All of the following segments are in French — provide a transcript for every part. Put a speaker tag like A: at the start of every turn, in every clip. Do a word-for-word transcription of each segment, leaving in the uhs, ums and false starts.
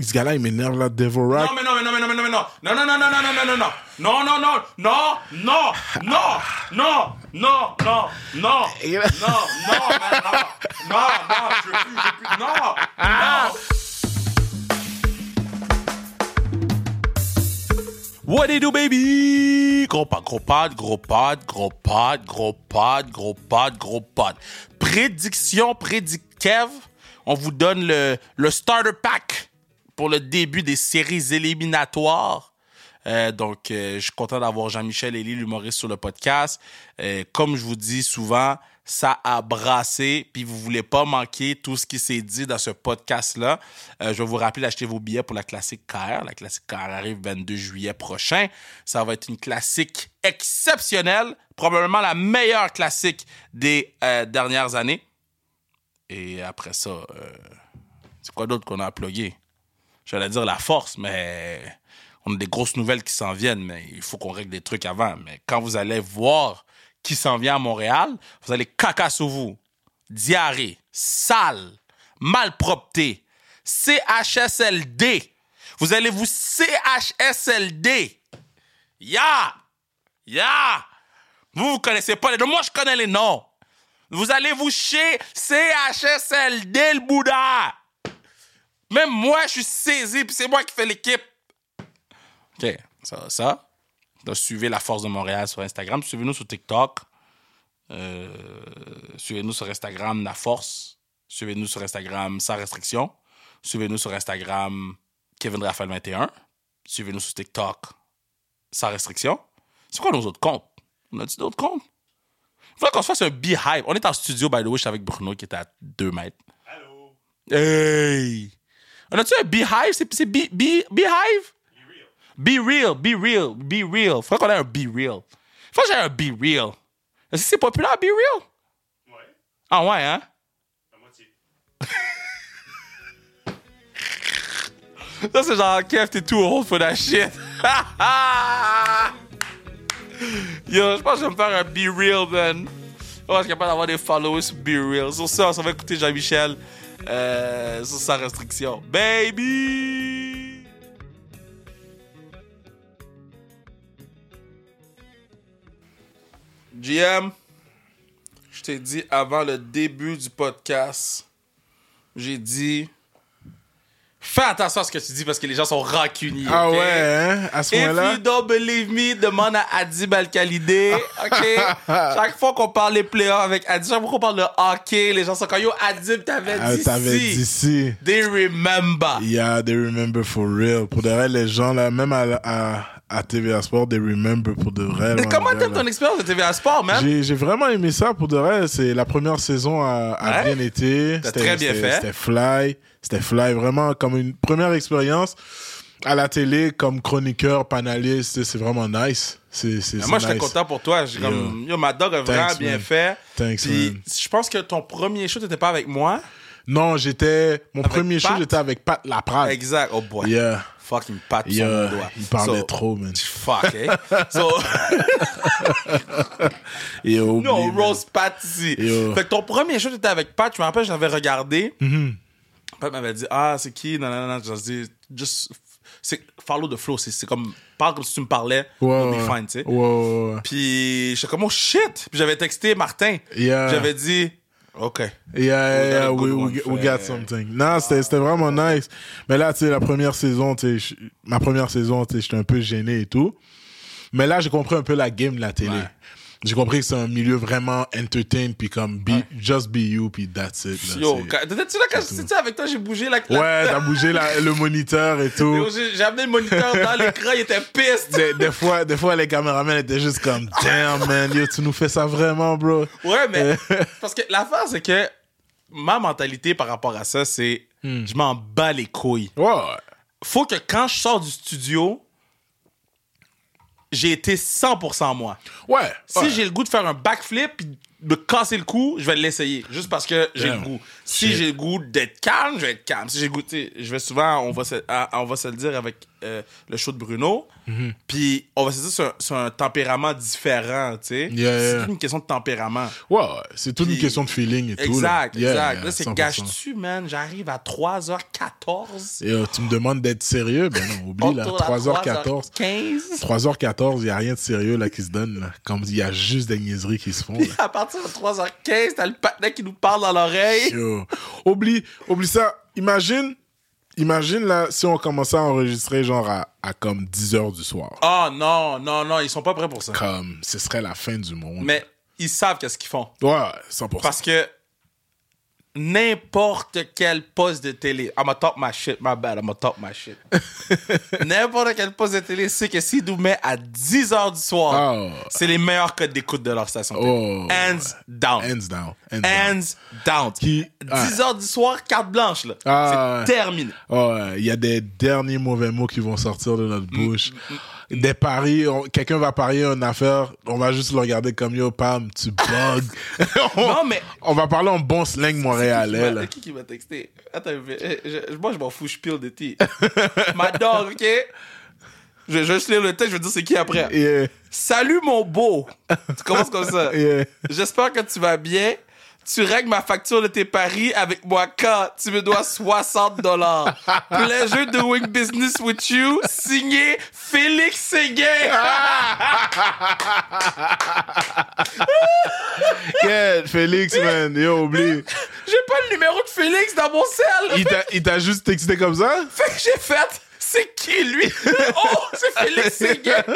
A: ce gars-là, il m'énerve, là, Devil Rock.
B: Non, mais non, mais non, mais non, mais non, mais non. Non, non, non, non, non, non, non, non, non. Non, non, non, non, non, non, non, non, non, non, non, non, non, non, non, je veux plus, je veux plus, non, non. What it do, baby? Gros pod, gros pod, gros pod, gros pod, gros pod, gros pod, gros pod. Prédiction, prédict Kev. On vous donne le, le starter pack pour le début des séries éliminatoires. Euh, donc, euh, je suis content d'avoir Jean-Michel Elie, l'humoriste, sur le podcast. Euh, comme je vous dis souvent, ça a brassé, puis vous voulez pas manquer tout ce qui s'est dit dans ce podcast-là. Euh, je vais vous rappeler d'acheter vos billets pour la Classique K R. La Classique K R arrive le vingt-deux juillet prochain. Ça va être une classique exceptionnelle, probablement la meilleure classique des euh, dernières années. Et après ça, euh, c'est quoi d'autre qu'on a à plugger? J'allais dire la force, mais on a des grosses nouvelles qui s'en viennent, mais il faut qu'on règle des trucs avant. Mais quand vous allez voir qui s'en vient à Montréal, vous allez caca sur vous. Diarrhée, sale, malpropreté, C H S L D. Vous allez vous C H S L D. Ya! Ya! Vous, vous connaissez pas les noms. Moi, je connais les noms. Vous allez vous chier C H S L D, le Bouddha. Même moi, je suis saisi, puis c'est moi qui fais l'équipe. OK, ça, ça. Donc, suivez La Force de Montréal sur Instagram. Suivez-nous sur TikTok. Euh, suivez-nous sur Instagram, La Force. Suivez-nous sur Instagram, Sans Restriction. Suivez-nous sur Instagram, Kevin Raphaël vingt et un. Suivez-nous sur TikTok, Sans Restriction. C'est quoi nos autres comptes? On a-tu d'autres comptes? Il faudrait qu'on se fasse un beehive. On est en studio, by the way, je suis avec Bruno qui est à deux mètres.
C: Allô?
B: Hey! On a-tu un beehive? C'est, c'est be, be, beehive? Be real, be real, be real. Faudrait qu'on ait un be real. Faudrait que j'ai un be real. Est-ce que c'est populaire, be real?
C: Ouais.
B: Ah ouais, hein?
C: À moitié.
B: Ça, c'est genre, Kev, t'es too old for that shit. Yo, je pense que je vais me faire un be real, man. Oh, je suis capable d'avoir des followers sur be real. Sur ça, ça va écouter Jean-Michel euh, sur Sans Restriction. Baby! G M, je t'ai dit avant le début du podcast, j'ai dit, fais attention à ce que tu dis parce que les gens sont rancuniers.
A: Ah
B: okay?
A: ouais, hein? À ce
B: If
A: moment-là?
B: you don't believe me, demande à Adib Al-Khalidé, OK? Chaque fois qu'on parle des playoffs avec Adib, chaque fois qu'on parle de hockey, les gens sont comme, yo, Adib, t'avais
A: Ah,
B: dit
A: t'avais
B: si.
A: dit si.
B: They remember.
A: Yeah, they remember for real. Pour de vrai, les gens, là, même à, à, à T V A Sport, they remember pour de vrai.
B: Mais
A: là,
B: comment
A: là,
B: t'aimes
A: là.
B: ton expérience de T V A Sport, man?
A: J'ai, j'ai vraiment aimé ça pour de vrai. C'est, la première saison a, a
B: Ouais.
A: bien été.
B: T'as
A: C'était,
B: très bien
A: c'était,
B: fait.
A: C'était fly. C'était fly. Vraiment comme une première expérience à la télé, comme chroniqueur, panéliste. C'est vraiment nice. C'est, c'est,
B: Mais
A: c'est
B: moi, j'étais
A: nice.
B: content pour toi. J'ai comme, yo, ma dog a vraiment
A: Thanks,
B: bien
A: man.
B: fait.
A: Thanks,
B: Puis,
A: man.
B: je pense que ton premier show, t'étais pas avec moi.
A: Non, j'étais... Mon
B: Avec
A: premier show,
B: Pat?
A: j'étais avec Pat Laprade.
B: Exact. Oh boy.
A: Yeah.
B: Fucking pat sur
A: Yeah.
B: mon doigt.
A: Il parlait
B: So,
A: trop, man.
B: Fuck, eh? So,
A: Yo,
B: nous, on
A: oublie, man.
B: rose Pat ici.
A: Yo.
B: Fait que ton premier show, t'étais avec Pat. Je me rappelle, je l'avais regardé.
A: Mhm.
B: Pat m'avait dit, ah, c'est qui? Non, non, non. Je dis, just... C'est follow the flow. C'est, c'est comme... Parle comme si tu me parlais.
A: Ouais,
B: We'll
A: ouais.
B: be fine, tu sais.
A: Ouais, ouais, ouais.
B: Puis, j'étais comme, oh shit! Puis j'avais texté Martin.
A: Yeah.
B: J'avais dit, OK.
A: Yeah, yeah, yeah,
B: a
A: we,
B: good
A: we,
B: one,
A: we
B: fait.
A: got something. Non, c'était, c'était vraiment nice. Mais là, tu sais, la première saison, tu sais, je- ma première saison, tu sais, j'étais un peu gêné et tout. Mais là, j'ai compris un peu la game de la télé.
B: Ouais.
A: J'ai compris que c'est un milieu vraiment entertain, puis comme, be, just be you, puis that's it. Là,
B: Yo,
A: c'est-
B: quand- t'étais-tu là quand j'étais avec toi, j'ai bougé la
A: Ouais, t'as bougé la- le moniteur et tout.
B: Yo, J'ai, j'ai amené le moniteur dans l'écran, il était piste.
A: Des, des fois, des fois, les caméramans étaient juste comme, damn, man, yo, tu nous fais ça vraiment, bro.
B: Ouais, mais parce que l'affaire, c'est que ma mentalité par rapport à ça, c'est je m'en bats les couilles.
A: Ouais.
B: Faut que quand je sors du studio, j'ai été cent pour cent moi.
A: Ouais.
B: Si
A: ouais.
B: j'ai le goût de faire un backflip puis me casser le cou, je vais l'essayer. Juste parce que j'ai
A: Damn.
B: le goût. Si
A: Shit.
B: j'ai le goût d'être calme, je vais être calme. Si j'ai le goût, tu sais, je vais souvent, on va se, à- on va se le dire avec euh, le show de Bruno.
A: Mm-hmm.
B: Puis on va se dire c'est un, c'est un tempérament différent, tu sais.
A: Yeah,
B: c'est
A: yeah.
B: toute une question de tempérament.
A: Ouais, ouais, c'est toute
B: Puis-
A: une question de feeling et tout.
B: Exact,
A: là. Yeah,
B: exact.
A: yeah,
B: Là, c'est
A: cent pour cent.
B: gâche-tu, man. J'arrive à trois heures quatorze.
A: Et euh, tu me demandes d'être sérieux? Ben non, oublie, là.
B: Autour à
A: trois heures quatorze.
B: quinze.
A: trois heures quatorze, il n'y a rien de sérieux là qui se donne. Là. Comme il y a juste des niaiseries qui se font.
B: Puis
A: Là.
B: à partir de trois heures quinze, t'as le patinet qui nous parle dans l'oreille.
A: Yo. Oublie, oublie ça. Imagine, imagine là, si on commençait à enregistrer genre à, à comme dix heures du soir.
B: Oh non, non, non, ils sont pas prêts pour ça.
A: Comme, ce serait la fin du monde.
B: Mais ils savent qu'est-ce qu'ils font.
A: Ouais, cent pour cent.
B: Parce que n'importe quel poste de télé, I'm gonna talk my shit, my bad, I'm gonna talk my shit. N'importe quel poste de télé sait que s'ils nous mettent à dix heures du soir,
A: Oh.
B: c'est les meilleurs codes d'écoute de leur station télé.
A: Oh.
B: Hands down.
A: Hands down. Hands down.
B: Hands down.
A: Qui-
B: dix heures du soir, carte blanche, là.
A: Ah,
B: c'est
A: ouais.
B: terminé.
A: Ouais, il y a des derniers mauvais mots qui vont sortir de notre bouche. Des paris, on- quelqu'un va parier une affaire, on va juste le regarder comme yo, Pam, tu bugs. on,
B: Non, mais-
A: on va parler en bon slang montréalais. là.
B: C'est qui qui m'a texté? Attends, je- je- moi, je m'en fous, je pile de thé. Ma dog, OK? Je, je vais juste lire le texte, je vais dire c'est qui après.
A: Yeah,
B: Salut, mon beau. Tu commences comme ça.
A: yeah.
B: J'espère que tu vas bien. Tu règles ma facture de tes paris avec moi quand tu me dois soixante dollars. Pleasure doing business with you. Signé Félix Séguin.
A: Yeah, Félix, man, yo, oublie.
B: J'ai pas le numéro de Félix dans mon sel.
A: Il t'a, il t'a juste texté comme ça?
B: Fait que j'ai fait. C'est qui, lui? Oh, c'est Félix Séguin.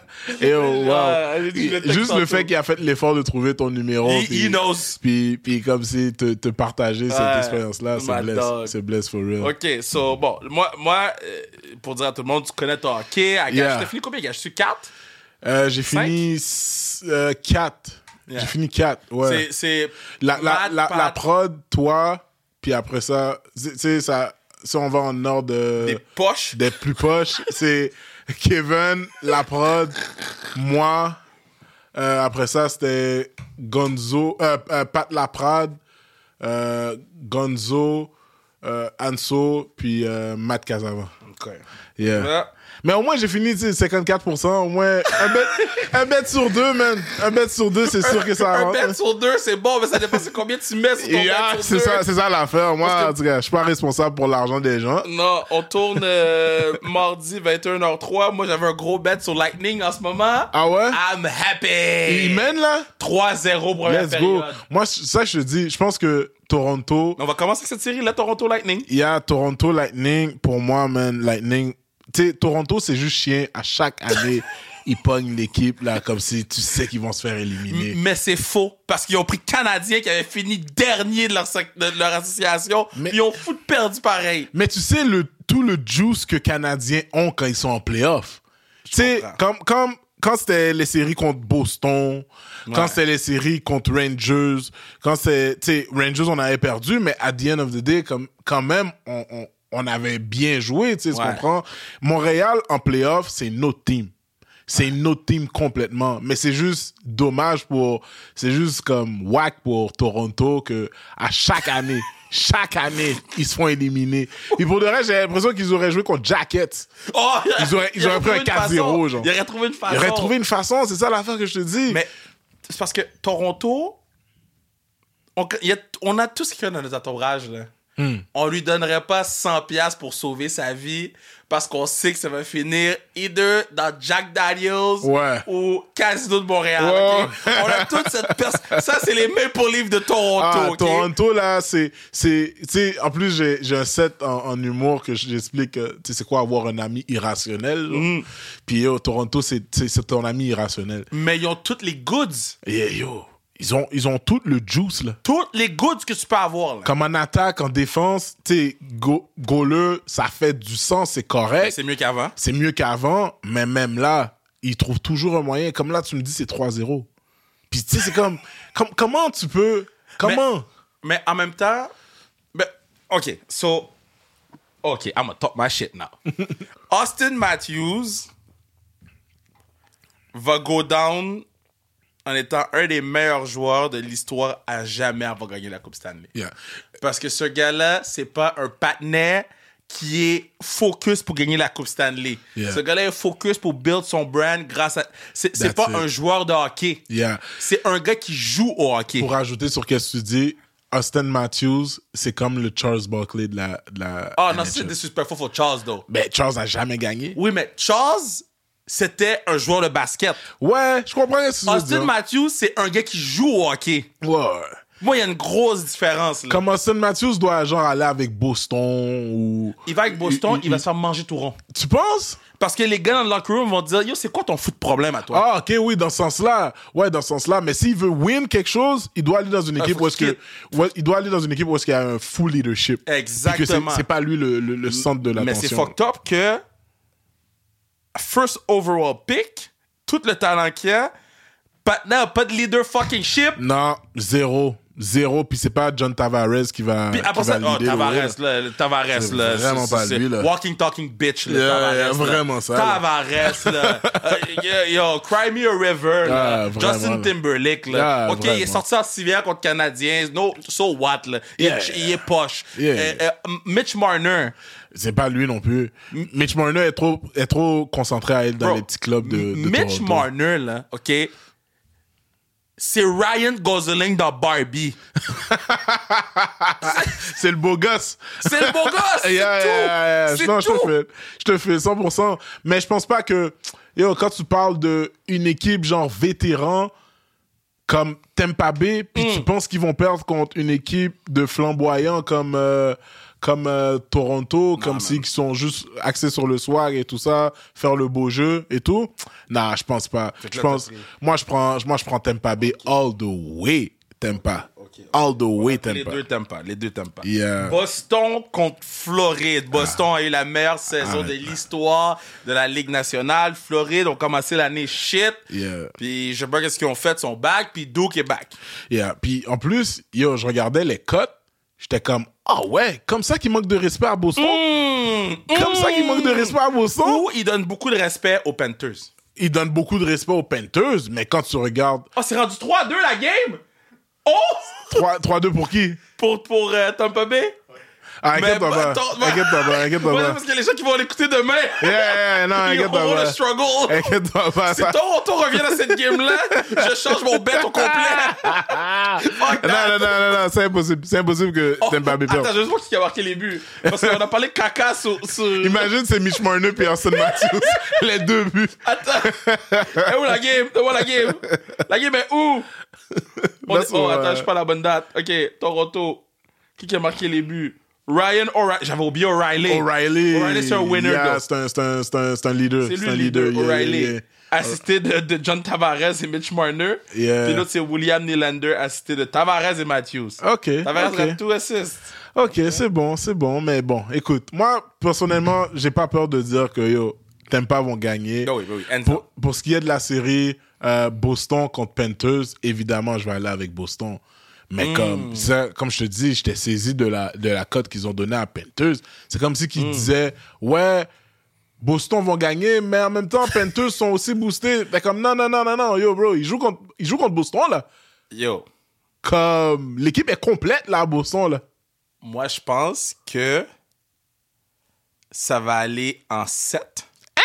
A: Et oh, wow.
B: Ah, j'ai dit, je le texte
A: Juste le
B: tantôt.
A: fait qu'il a fait l'effort de trouver ton numéro.
B: He-
A: puis-
B: he knows.
A: Puis, puis comme si te, te partager cette
B: Ouais,
A: expérience-là,
B: my
A: c'est bless.
B: dog.
A: C'est bless for real.
B: OK, so, bon, moi, moi euh, pour dire à tout le monde, tu connais ton hockey. À
A: Yeah.
B: Gage, t'as fini combien, Gage? Tu quatre?
A: Euh, j'ai
B: Cinq?
A: fini euh, quatre.
B: Yeah.
A: J'ai fini quatre, ouais.
B: C'est, c'est
A: La, la,
B: Matt,
A: la,
B: Pat,
A: la prod, toi, puis après ça, tu sais, ça, si on va en ordre de,
B: des poches.
A: des plus poches, c'est Kevin, la prod, moi, euh, après ça, c'était Gonzo, euh, euh, Pat Laprade, euh, Gonzo, euh, Anso, puis euh, Matt Casava.
B: OK.
A: Yeah.
B: Ouais.
A: Mais au moins, j'ai fini, tu sais, cinquante-quatre pour cent. Au moins, un bet, un bet sur deux, man. Un bet sur deux, c'est sûr que ça
B: Un
A: rentre.
B: bet sur deux, c'est bon, mais ça dépend c'est combien tu mets sur ton
A: Yeah,
B: bet sur
A: c'est
B: deux.
A: ça, c'est ça l'affaire. Moi,
B: Parce que-
A: en tout cas, je suis pas responsable pour l'argent des gens.
B: Non, on tourne euh, mardi vingt et une heures trois. Moi, j'avais un gros bet sur Lightning en ce moment.
A: Ah ouais?
B: I'm happy.
A: Il mène, là?
B: trois zéro première
A: Let's go.
B: période.
A: Moi, ça, je te dis, je pense que Toronto,
B: On va commencer avec cette série, là, Toronto Lightning.
A: il y a Toronto Lightning. Pour moi, man, Lightning. Tu sais, Toronto, c'est juste chien. À chaque année, ils pognent l'équipe, là, comme si tu sais qu'ils vont se faire éliminer.
B: Mais c'est faux, parce qu'ils ont pris Canadiens qui avaient fini dernier de leur, sec- de leur association.
A: Mais-
B: Ils ont foutu perdu pareil.
A: Mais tu sais, le, tout le juice que Canadiens ont quand ils sont en playoff. Tu sais,
B: comprends.
A: comme, comme, quand c'était les séries contre Boston, quand
B: Ouais.
A: c'était les séries contre Rangers, quand c'est, tu sais, Rangers, on avait perdu, mais at the end of the day, comme, quand même, on, on, on avait bien joué, tu sais, tu
B: Ouais.
A: comprends? Montréal, en playoff, c'est notre team. C'est notre team complètement. Mais c'est juste dommage pour, c'est juste comme whack pour Toronto que à chaque année, chaque année, ils se font éliminer. Et pour de vrai, j'ai l'impression qu'ils auraient joué contre Jackets.
B: Oh,
A: Ils auraient- ils
B: il
A: auraient
B: aurait
A: pris un
B: trouvé une
A: quatre zéro,
B: façon.
A: genre.
B: Il aurait trouvé une façon.
A: Ils auraient trouvé une façon, c'est ça l'affaire que je te dis.
B: Mais c'est parce que Toronto, on, il y a, on a tout ce qu'il y a dans notre entourage, là.
A: Hmm.
B: On lui donnerait pas cent piastres pour sauver sa vie parce qu'on sait que ça va finir either dans Jack Daniels
A: Ouais.
B: ou Casino de Montréal.
A: Ouais.
B: ok? On a toute cette personne. Ça, c'est les Maple Leafs de Toronto.
A: Ah,
B: ok?
A: Toronto, là, c'est, c'est, tu sais, en plus, j'ai, j'ai un set en, en humour que j'explique, euh, tu sais, c'est quoi avoir un ami irrationnel, genre.
B: Mm.
A: Puis, yo, Toronto, c'est, c'est, c'est ton ami irrationnel.
B: Mais ils ont toutes les goods.
A: Et yo, ils ont, ils ont tout le juice, là.
B: Toutes les goods que tu peux avoir. Là.
A: Comme en attaque, en défense, tu sais, go, goaleux, ça fait du sens, c'est correct.
B: C'est mieux qu'avant.
A: C'est mieux qu'avant, mais même là, ils trouvent toujours un moyen. Comme là, tu me dis, c'est trois zéro. Puis, tu sais, c'est comme, comme, comment tu peux, comment?
B: Mais en même temps, ben, OK, so, OK, I'm gonna talk my shit now. Austin Matthews va go down en étant un des meilleurs joueurs de l'histoire à jamais avoir gagné la Coupe Stanley.
A: Yeah.
B: Parce que ce gars-là, c'est pas un patinet qui est focus pour gagner la Coupe Stanley.
A: Yeah.
B: Ce gars-là est focus pour build son brand grâce à... C'est, c'est
A: That's
B: pas
A: it.
B: un joueur de hockey.
A: Yeah.
B: C'est un gars qui joue au hockey.
A: Pour rajouter sur ce que tu dis, Austin Matthews, c'est comme le Charles Barkley de la, de la
B: Ah
A: N
B: non,
A: H L.
B: c'est disrespectful for Charles, though.
A: Ben, Charles a jamais gagné.
B: Oui, mais Charles, c'était un joueur de basket.
A: Ouais, je comprends ce que tu veux
B: Austin
A: dire.
B: Matthews, c'est un gars qui joue au hockey.
A: Ouais.
B: Moi, il y a une grosse différence, là.
A: Comme Austin Matthews doit genre aller avec Boston ou...
B: Il va avec Boston, il,
A: il-
B: va se faire manger tout rond.
A: Tu penses?
B: Parce que les gars dans le locker room vont dire, yo, c'est quoi ton fou de problème à toi?
A: Ah, ok, oui, dans ce sens-là. Ouais, dans ce sens-là. Mais s'il veut win quelque chose, il doit aller dans une
B: Ah,
A: équipe
B: faut
A: où est-ce
B: qu'il
A: que, ouais, il doit aller dans une équipe où est-ce qu'il y a un full leadership.
B: Exactement.
A: Puis que c'est, c'est pas lui le, le, le centre de l'attention.
B: Mais c'est fucked up que first overall pick, tout le talent qu'il y a, Patna a pas de leader fucking ship.
A: Non, zéro. Zéro. Puis c'est pas John Tavares qui va,
B: Puis après
A: qui va
B: ça, oh,
A: leader le
B: Tavares,
A: reste.
B: là, le Tavares,
A: C'est
B: là.
A: vraiment pas lui, là.
B: Walking, talking bitch, là.
A: Yeah,
B: Tavares,
A: yeah,
B: là.
A: vraiment ça, là.
B: Tavares, là. Euh, yo, yo, Cry Me a River, là.
A: Ah, vraiment,
B: Justin
A: là.
B: Timberlake, là.
A: Ah,
B: OK, il est
A: vraiment.
B: sorti en civière contre Canadiens. No, so what, là. Il,
A: Yeah.
B: est, il est poche.
A: Yeah.
B: Euh, euh, Mitch Marner.
A: C'est pas lui non plus. Mitch Marner est trop, est trop concentré à être dans
B: Bro,
A: les petits clubs de, de
B: Mitch
A: Toronto.
B: Marner, là, OK, c'est Ryan Gosling dans Barbie.
A: C'est le beau gosse.
B: C'est le beau gosse, c'est
A: Yeah,
B: tout.
A: yeah, yeah.
B: C'est
A: Non, je
B: tout.
A: te fais, je te fais cent pour cent. Mais je pense pas que, yo, quand tu parles de une équipe genre vétéran comme Tampa Bay, puis
B: Mm.
A: tu penses qu'ils vont perdre contre une équipe de flamboyants comme euh, comme euh, Toronto, comme si ils sont juste axés sur le swag et tout ça, faire le beau jeu et tout. Non, je pense pas.
B: que
A: Je
B: là,
A: pense,
B: t'as pris-
A: moi je prends, moi je prends Tampa Bay all the way, Tampa,
B: Ok.
A: all the way
B: Les
A: Tampa.
B: deux t'aiment pas, les deux t'aiment pas.
A: Yeah.
B: Boston contre Floride. Boston a eu la meilleure saison
A: Ah.
B: de l'histoire de la Ligue nationale. Floride ont commencé l'année shit.
A: Yeah.
B: Puis je sais pas qu'est-ce qu'ils ont fait, son back, puis Duke est back.
A: Yeah. Puis en plus, yo, je regardais les cotes, j'étais comme, ah ouais, comme ça qu'il manque de respect à Boston.
B: Mmh,
A: Comme ça qu'il manque de respect à Boston.
B: Ou il donne beaucoup de respect aux Panthers.
A: Il donne beaucoup de respect aux Panthers, mais quand tu regardes
B: Oh, c'est rendu trois à deux la game? Oh!
A: trois deux pour qui?
B: Pour, pour euh, Tampa Bay?
A: Ah, inquiète-toi
B: Mais,
A: pas.
B: attends,
A: Inquiète-toi pas, inquiète-toi
B: Ouais,
A: pas.
B: parce qu'il y a les gens qui vont l'écouter demain.
A: Yeah, yeah, non,
B: Ils
A: inquiète-toi
B: auront le
A: pas.
B: struggle.
A: Inquiète-toi pas.
B: Si
A: ça-
B: Toronto revient à cette game-là, je change mon bet au complet. Fuck
A: Non,
B: that.
A: non, non, non, non, c'est impossible. C'est impossible que
B: Oh,
A: Tampa Bay perde.
B: attends, je sais pas qui a marqué les buts. Parce qu'on a parlé caca sur... sur...
A: Imagine, c'est Mitch Marner puis Austin Matthews. Les deux buts.
B: Attends. Et où la game? Donne-moi la game. La game est où? On
A: Là,
B: est-
A: c'est,
B: Oh,
A: euh,
B: attends, je suis pas à la bonne date. OK, Toronto. Qui qui a marqué les buts? Ryan O'Reilly. J'avais oublié O'Reilly.
A: O'Reilly.
B: O'Reilly, c'est un winner,
A: Yeah,
B: though.
A: c'est un, c'est un, c'est un, c'est un leader.
B: C'est lui
A: un
B: le leader,
A: yeah,
B: O'Reilly.
A: yeah, yeah.
B: Assisté de, de John Tavares et Mitch Marner.
A: Yeah.
B: Puis l'autre, c'est William Nylander, assisté de Tavares et Matthews.
A: OK.
B: Tavares
A: OK.
B: a tout assist.
A: Ok, c'est bon, c'est bon, mais bon, écoute, moi, personnellement, j'ai pas peur de dire que, yo, Tampa vont gagner.
B: Ah oui, oui, oui.
A: Pour, pour ce qui est de la série euh, Boston contre Panthers, évidemment, je vais aller avec Boston. Mais
B: Mm.
A: comme ça, comme je te dis, j'étais saisi de la, de la cote qu'ils ont donnée à Panthers. C'est comme si qu'ils
B: Mm.
A: disaient, ouais, Boston vont gagner, mais en même temps, Panthers sont aussi boostés. Mais comme, non, non, non, non, non, yo, bro, ils jouent contre, ils jouent contre Boston, là.
B: Yo,
A: Comme, l'équipe est complète, là, à Boston, là.
B: moi, je pense que ça va aller en sept.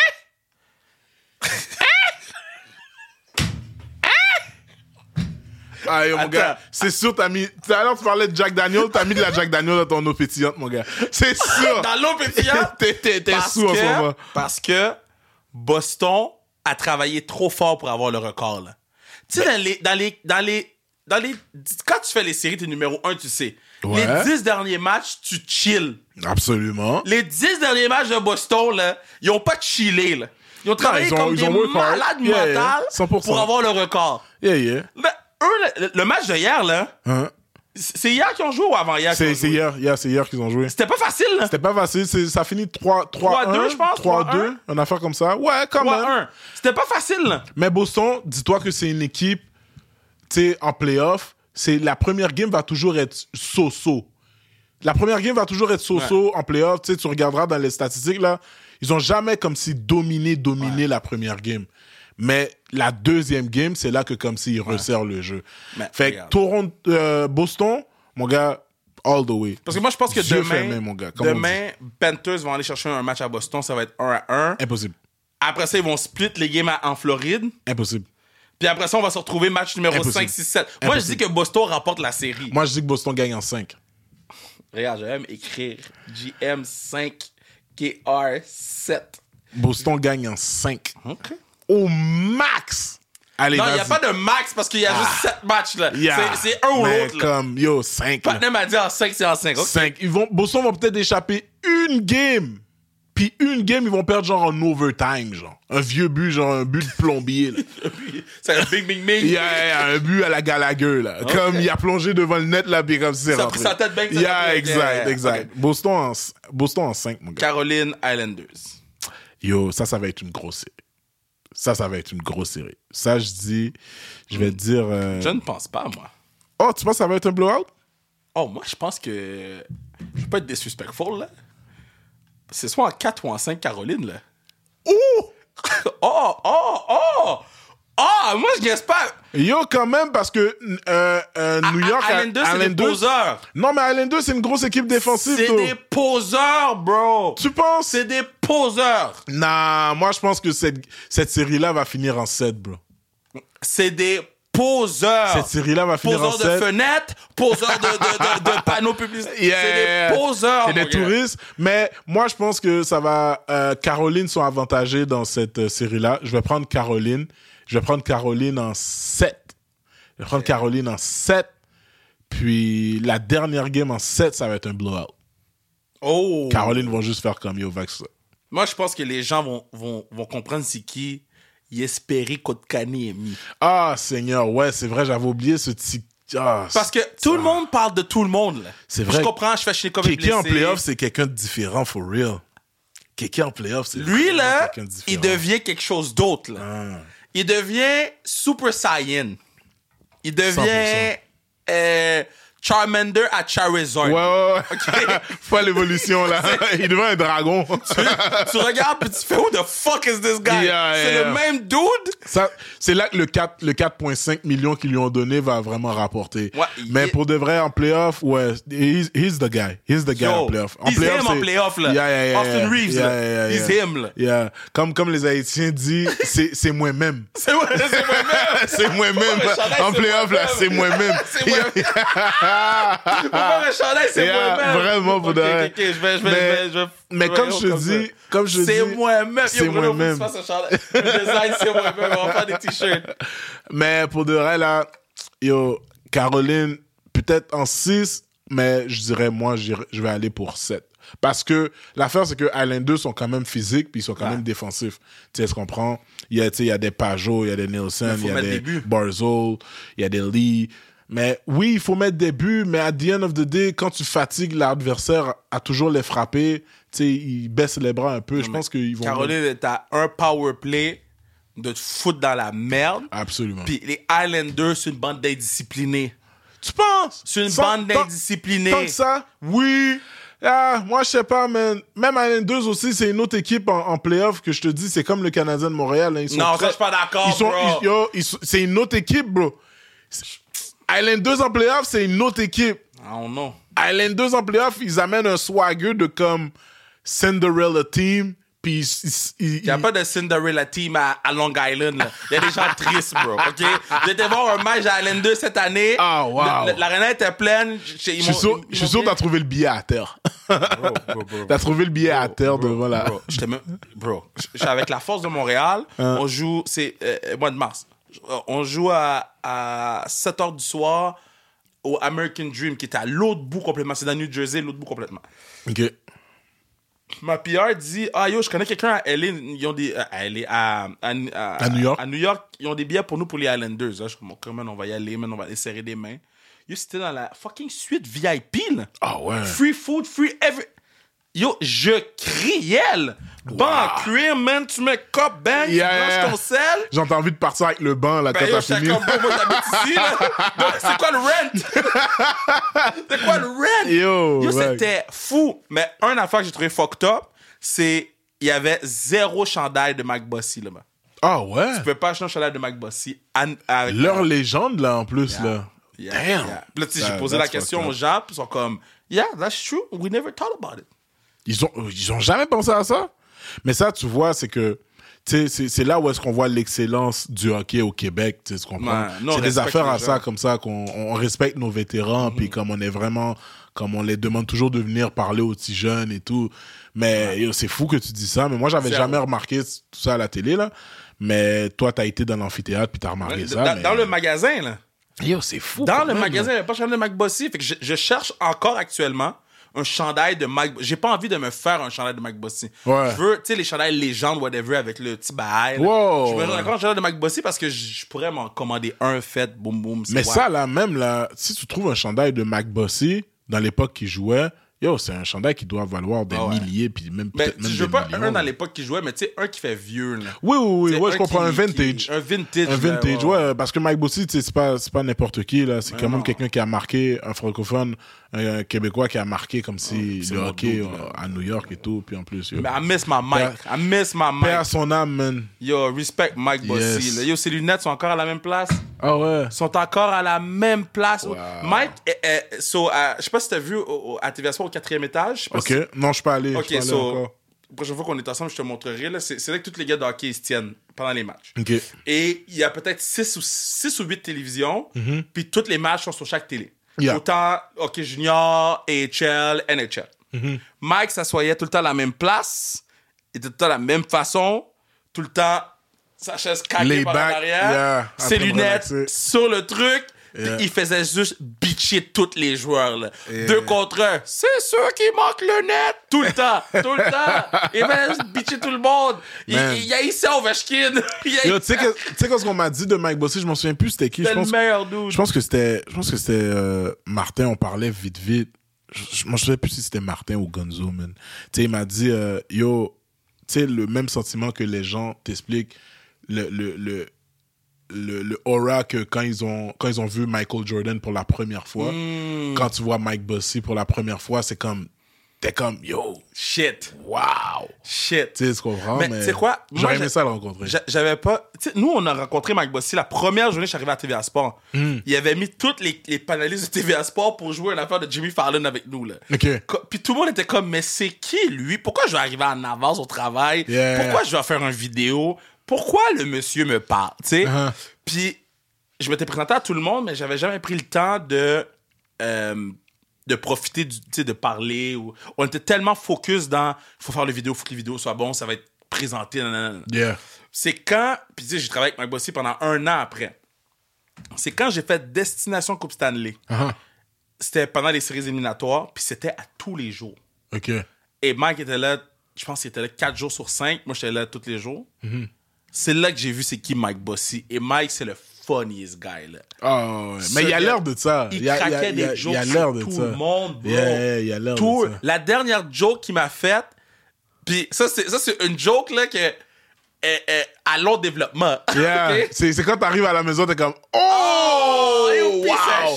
A: Ah, yo, mon
B: Attends.
A: gars, c'est sûr, t'as mis. Tout à l'heure, tu parlais de Jack Daniel, t'as mis de la Jack Daniel dans ton eau pétillante, mon gars. C'est sûr.
B: Dans l'eau pétillante.
A: T'es- T'es t'es
B: Parce
A: sous en ce
B: que-
A: moment.
B: Parce que Boston a travaillé trop fort pour avoir le record, là. Tu sais, dans les, dans les, dans les, dans les, quand tu fais les séries, t'es numéro un, tu sais.
A: Ouais.
B: Les dix derniers matchs, tu chill.
A: Absolument.
B: Les dix derniers matchs de Boston, là, ils ont pas chillé, là. Ils ont travaillé
A: ils ont-
B: comme
A: ils
B: des
A: ont work hard.
B: malades
A: Yeah, yeah.
B: mentales
A: cent pour cent.
B: pour avoir le record.
A: Yeah, yeah.
B: Là, eux, le, le match de hier, là,
A: Hein?
B: c'est hier qu'ils ont joué ou avant hier qu'ils ont
A: C'est c'est
B: joué?
A: hier, hier, c'est hier qu'ils ont joué.
B: C'était pas facile, là.
A: C'était pas facile, c'est- ça finit trois
B: trois
A: un,
B: deux, je pense,
A: trois
B: trois
A: deux, une affaire comme ça. Ouais, quand
B: trois
A: même.
B: un. C'était pas facile, là.
A: Mais Boston, dis-toi que c'est une équipe, tu sais, en playoff, c'est la première game va toujours être so-so. La première game va toujours être so-so en playoff. Tu sais, tu regarderas dans les statistiques, là, ils ont jamais comme si dominé, dominé la première game. Mais la deuxième game, c'est là que comme s'il resserre le jeu.
B: Mais,
A: fait
B: regarde.
A: que Toronto, euh, Boston, mon gars, all the way.
B: Parce que moi, je pense que
A: Yeux
B: demain,
A: fermés, mon gars, comme on
B: demain Panthers vont aller chercher un match à Boston. Ça va être un à un.
A: Impossible.
B: Après ça, ils vont split les games à- en Floride.
A: Impossible.
B: Puis après ça, on va se retrouver match numéro
A: Impossible.
B: cinq, six, sept. Moi, je dis
A: Impossible.
B: que Boston remporte la série.
A: Moi, je dis que Boston gagne en cinq.
B: Regarde, je vais même écrire G M cinq, K R sept.
A: Boston gagne en cinq.
B: OK.
A: Au max. Allez,
B: Non, il n'y a
A: vas-y.
B: pas de max parce qu'il y a juste sept matchs. Là.
A: Yeah.
B: C'est, c'est un ou
A: Mais
B: l'autre. Là.
A: comme, yo, cinq.
B: Patna m'a dit en cinq, c'est en cinq. OK.
A: cinq. Ils vont, Boston vont peut-être échapper une game. Puis une game, ils vont perdre genre en overtime, genre. Un vieux but, genre un but de plombier, là.
B: C'est un bing, bing, bing.
A: Il y a, il y a un but à la Gallagher, là.
B: Ok.
A: Comme il a plongé devant le net, là, puis comme c'est
B: Ça a
A: rentré.
B: pris sa tête bien que ça
A: Yeah,
B: a pris.
A: exact,
B: Yeah,
A: exact.
B: ok.
A: Boston en, Boston en cinq, mon gars.
B: Caroline Islanders.
A: Yo, ça, ça va être une grosse série. Ça, ça va être une grosse série. Ça, je dis, je vais te dire... euh,
B: Je ne pense pas, moi.
A: Oh, tu penses que ça va être un blowout?
B: Oh, moi, je pense que... Je veux pas être disrespectful, là. C'est soit en quatre ou en cinq, Caroline, là.
A: Ouh!
B: Oh, oh, oh! Ah, moi, je guesse pas.
A: Yo, quand même, parce que euh, euh, New York...
B: Islanders, c'est des
A: Islanders-
B: poseurs.
A: Non, mais Islanders, c'est une grosse équipe défensive,
B: C'est
A: toi.
B: des poseurs, bro.
A: Tu penses?
B: C'est des poseurs.
A: Nah, moi, je pense que cette, cette série-là va finir en sept, bro.
B: C'est des poseurs.
A: Cette série-là va finir en
B: Poseurs de
A: sept.
B: fenêtres, poseurs de, de, de, de panneaux publicitaires.
A: Yeah,
B: c'est
A: yeah,
B: des
A: yeah.
B: poseurs,
A: C'est
B: mon
A: des
B: gars.
A: touristes. Mais moi, je pense que ça va... Euh, Caroline sont avantagés dans cette euh, série-là. Je vais prendre Caroline. Je vais prendre Caroline en sept. Je vais prendre Caroline en sept. Puis la dernière game en sept, ça va être un blowout.
B: Oh.
A: Caroline vont juste faire comme yo, vax ça.
B: Moi, je pense que les gens vont, vont, vont comprendre c'est qui Yesperi Kotkaniemi.
A: Ah, Seigneur, ouais, c'est vrai, j'avais oublié ce petit... Ah,
B: Parce que tout le monde parle de tout le monde. Là.
A: C'est vrai.
B: Je comprends, je fais chez les Covid
A: Kéké en
B: blessés.
A: playoff, c'est quelqu'un de différent, for real. Kéké en playoff, c'est
B: Lui,
A: vraiment
B: là,
A: quelqu'un de différent.
B: il devient quelque chose d'autre. Là.
A: Ah.
B: Il devient Super Saiyan. Il devient
A: cent pour cent.
B: euh, Charmander à Charizard.
A: Ouais, ouais, ouais. Pas l'évolution, là. Il devient un dragon.
B: Tu, tu regardes puis tu fais Who the fuck is this guy?
A: Yeah,
B: C'est
A: yeah.
B: le même dude?
A: Ça, c'est là que le quatre, le quatre virgule cinq millions qu'ils lui ont donné va vraiment rapporter.
B: Ouais,
A: Mais
B: il-
A: pour de vrai, en playoff, ouais, he's, he's the guy. He's the guy
B: Yo,
A: en playoff. En
B: he's
A: playoff,
B: him en
A: c'est-
B: playoff, là.
A: Yeah, yeah, yeah,
B: Austin
A: yeah.
B: Reeves,
A: Yeah,
B: là.
A: yeah, yeah,
B: He's
A: yeah.
B: him, là.
A: Yeah. Comme, comme les Haïtiens disent, c'est, c'est moi-même.
B: C'est moi, c'est moi-même.
A: C'est moi-même.
B: le chandail,
A: En
B: c'est
A: playoff, là,
B: moi-même.
A: c'est moi-même.
B: C'est moi-même. Pourquoi le chandail, c'est
A: Yeah,
B: moi-même?
A: vraiment, pour
B: Ok,
A: de vrai.
B: ok, ok, je vais, je vais,
A: Mais-
B: je vais, je vais-
A: mais
B: je vais
A: comme
B: aller
A: je te
B: comme
A: dis,
B: ça.
A: comme je
B: C'est
A: dis,
B: moi-même.
A: c'est
B: Yo, Bruno, faut que
A: moi-même.
B: tu fasses un chandail. Le design, c'est moi-même. On va faire des t-shirts.
A: Mais pour de vrai, là, yo, Caroline, peut-être en six, mais je dirais, moi, j'irai- je vais aller pour sept. Parce que l'affaire, c'est que Islanders sont quand même physiques, puis ils sont quand
B: Ouais.
A: même défensifs. Tu sais, tu comprends? Il y a, tu sais, il y a des Pajot, il y a des Nielsen,
B: Mais faut
A: il y a
B: mettre
A: des
B: des buts.
A: Barzol, il y a des Lee. Mais oui, il faut mettre des buts, mais at the end of the day, quand tu fatigues l'adversaire à toujours les frapper, tu sais, ils baissent les bras un peu. Je pense qu'ils vont...
B: Caroline est à un power play de te foutre dans la merde.
A: Absolument.
B: Puis les Islanders, c'est une bande d'indisciplinés.
A: Tu penses?
B: C'est une
A: Sans-
B: bande
A: tant-
B: d'indisciplinés.
A: Tant que ça? Oui. Ah, moi, je sais pas, man. Même Islanders aussi, c'est une autre équipe en, en playoff que je te dis, c'est comme le Canadien de Montréal. Hein. Ils sont
B: Non, ça,
A: très-
B: je suis pas d'accord,
A: ils sont,
B: bro.
A: ils- yo, ils sont- c'est une autre équipe, bro. Islanders en playoff, c'est une autre équipe.
B: I don't know.
A: Islanders en playoff, ils amènent un swagger de comme Cinderella team. Puis ils- ils-
B: Il n'y a
A: ils-
B: pas de Cinderella team à, à Long Island. là. Il y a des gens tristes, bro. OK? J'étais voir un match à Islanders cette année.
A: Ah, wow.
B: Le- le- L'aréna était pleine. Je
A: Je suis sûr, je suis sûr que t'as trouvé le billet à terre. T'as trouvé le billet à terre devant la...
B: Bro, j'étais même- bro, je suis avec la Force de Montréal.
A: Hein?
B: On joue, c'est euh, mois de mars. On joue à, à sept heures du soir au American Dream, qui était à l'autre bout complètement. C'est dans New Jersey, l'autre bout complètement.
A: OK.
B: Ma P R dit ah yo, je connais quelqu'un à L A, ils ont des à L A, à, à, à,
A: À New York?
B: à New York, ils ont des billets pour nous pour les Islanders. Là, je suis comme oh, man, on va y aller, man, on va aller serrer des mains. Yo, c'était dans la fucking suite V I P là.
A: Ah ouais.
B: Free food, free every. Yo, je criais là. Banc en cuir, man, tu mets cop bang,
A: Yeah,
B: tu branches
A: yeah.
B: ton sel.
A: J'ai envie de partir avec le banc, là,
B: Ben
A: quand
B: yo,
A: t'as
B: j'étais
A: fini.
B: comme bon, moi j'habite ici là. Donc, c'est quoi le rent? C'est quoi le rent?
A: Yo,
B: Yo,
A: ouais.
B: c'était fou. Mais un affaire que j'ai trouvé fucked up, c'est il y avait zéro chandail de Mac Bossy là-bas.
A: Ah ouais?
B: Tu peux pas acheter un chandail de Mike Bossy. À, à,
A: Leur légende, là, en plus,
B: Yeah.
A: là.
B: Yeah,
A: Damn!
B: yeah. Puis là, tu sais,
A: That-
B: j'ai posé la
A: that's
B: question
A: fucked
B: aux
A: up.
B: gens, puis ils sont comme, yeah, that's true. We never thought about it.
A: Ils ont, ils ont jamais pensé à ça? Mais ça, tu vois, c'est que, tu sais, c'est, c'est là où est-ce qu'on voit l'excellence du hockey au Québec, tu sais, tu comprends?
B: Ouais. Nous, on
A: C'est des
B: respecte
A: affaires
B: les
A: à
B: gens.
A: ça, comme ça, qu'on on respecte nos vétérans, puis comme on est vraiment, comme on les demande toujours de venir parler aux petits jeunes et tout. Mais yo, c'est fou que tu dis ça, mais moi, j'avais
B: C'est
A: jamais
B: vrai.
A: remarqué tout ça à la télé, là. Mais toi, t'as été dans l'amphithéâtre, puis t'as remarqué
B: Ouais,
A: ça.
B: dans,
A: mais-
B: dans le magasin, là.
A: Yo, c'est fou.
B: Dans
A: quand
B: le
A: même,
B: magasin, il
A: là.
B: n'y avait pas de chandail de Mike Bossy. Fait que je, je cherche encore actuellement un chandail de Mike. J'ai pas envie de me faire un chandail de Mike Bossy.
A: Ouais.
B: Je veux, tu sais, les chandails légendes, whatever, avec le petit bail. là.
A: Wow.
B: Je veux encore un chandail de Mike Bossy parce que je, je pourrais m'en commander un fait, boum boum. c'est
A: Mais
B: wow.
A: ça, là, même, là, si tu trouves un chandail de Mac Bossy, dans l'époque qu'il jouait, yo, c'est un chandail qui doit valoir des
B: Ah ouais.
A: milliers, puis même
B: Mais
A: peut-être même
B: je
A: des
B: veux pas
A: millions.
B: un dans l'époque qui jouait, mais tu sais, un qui fait vieux. Là.
A: Oui, oui, oui,
B: T'sais,
A: ouais, je comprends,
B: qui-
A: un vintage.
B: qui- un vintage.
A: Un
B: là,
A: vintage,
B: ouais.
A: ouais, parce que Mike Bossy, tu sais, c'est pas, c'est pas n'importe qui, là. C'est
B: Ouais,
A: quand même
B: non.
A: quelqu'un qui a marqué, un francophone, un, un Québécois qui a marqué comme si
B: c'est
A: le
B: mon
A: hockey
B: dude,
A: euh,
B: là.
A: à New York et tout, puis en plus, yo.
B: Mais I miss my Mike. I miss my
A: Paix à
B: Mike.
A: son âme, man.
B: Yo, respect Mike Bossy.
A: Yes.
B: là. Yo, ses lunettes sont encore à la même place.
A: Ah ouais.
B: Sont encore à la même place.
A: Wow.
B: Mike, eh, eh, so, euh, je sais pas si t'as vu au- au- à T V A Sport au quatrième étage. Je sais pas
A: Ok.
B: si-
A: Non, je suis pas allé.
B: Ok,
A: je suis pas allé
B: so,
A: encore.
B: la prochaine fois qu'on est ensemble, je te montrerai. Là, c'est, c'est là que tous les gars de hockey ils se tiennent pendant les matchs.
A: Ok.
B: Et il y a peut-être six ou, six ou huit télévisions, puis tous les matchs sont sur chaque télé.
A: Mm-hmm. Yeah.
B: Autant hockey junior, A H L, N H L.
A: Mm-hmm.
B: Mike s'assoyait tout le temps à la même place, il était tout le temps de la même façon, tout le temps sa chaise
A: Lay
B: caquée par en
A: back,
B: arrière,
A: yeah, en
B: ses
A: train de
B: lunettes
A: relaxer.
B: sur le truc.
A: Yeah.
B: Puis il faisait juste bitcher tous les joueurs. Là.
A: Yeah.
B: Deux contre un. C'est sûr qu'il manque le net. Tout le temps. Tout le temps. Il faisait juste bitcher tout le monde. Il,
A: Man.
B: il haïssait Ovechkin. Il
A: Yo, tu sais que- tu sais, quand ce qu'on m'a dit de Mike Bossy, je m'en souviens plus c'était qui. Je
B: C'était le
A: pense,
B: meilleur dude.
A: je pense que c'était, je pense que c'était euh, Martin, on parlait vite vite. Je, je m'en souviens plus si c'était Martin ou Gonzo, man. Tu sais, il m'a dit, euh, yo, tu sais, le même sentiment que les gens t'expliquent, le, le, le, le, le aura que quand ils ont, quand ils ont vu Michael Jordan pour la première fois,
B: Mm.
A: quand tu vois Mike Bossy pour la première fois, c'est comme, t'es comme, yo,
B: Shit.
A: wow.
B: Shit.
A: Tu sais, tu comprends?
B: Mais
A: Mais,
B: tu sais quoi? Moi,
A: J'aurais
B: j'ai-
A: aimé ça le rencontrer.
B: J'a- J'avais pas. Tu sais, nous, on a rencontré Mike Bossy la première journée que je suis arrivé à T V A Sport.
A: Hmm.
B: Il avait mis tous les, les panélistes de T V A Sport pour jouer une affaire de Jimmy Fallon avec nous. Là.
A: Ok.
B: Co- Puis tout le monde était comme, mais c'est qui lui? Pourquoi je vais arriver en avance au travail?
A: Yeah.
B: Pourquoi je vais faire une vidéo? Pourquoi le monsieur me parle? Tu sais?
A: Uh-huh.
B: Puis je m'étais présenté à tout le monde, mais j'avais jamais pris le temps de. euh, de profiter du, tu sais, de parler. Ou... On était tellement focus dans il faut faire les vidéos, il faut que les vidéos soient bonnes, ça va être présenté. Nanana.
A: Yeah.
B: C'est quand, puis tu sais, j'ai travaillé avec Mike Bossy pendant un an après. C'est quand j'ai fait Destination Coupe Stanley.
A: Uh-huh.
B: C'était pendant les séries éliminatoires, puis c'était à tous les jours.
A: Ok.
B: Et Mike était là, je pense qu'il était là quatre jours sur cinq. Moi, j'étais là tous les jours.
A: Mm-hmm.
B: C'est là que j'ai vu c'est qui Mike Bossy. Et Mike, c'est le funniest guy, là.
A: Ah ouais.
B: Ce
A: Mais il y a
B: gars,
A: l'air de ça.
B: Il
A: y a, il y a-
B: craquait
A: il y a-
B: des
A: il
B: jokes
A: y a l'air de
B: sur tout
A: ça.
B: le monde, bro.
A: Yeah, yeah, il y a l'air
B: Tout-
A: de ça.
B: La dernière joke qu'il m'a faite, puis ça, c'est, ça, c'est une joke, là, que est, est à long développement.
A: Yeah.
B: Ok?
A: C'est, c'est quand t'arrives à la maison, t'es comme,
B: Oh,
A: oh,
B: you piece
A: wow.
B: of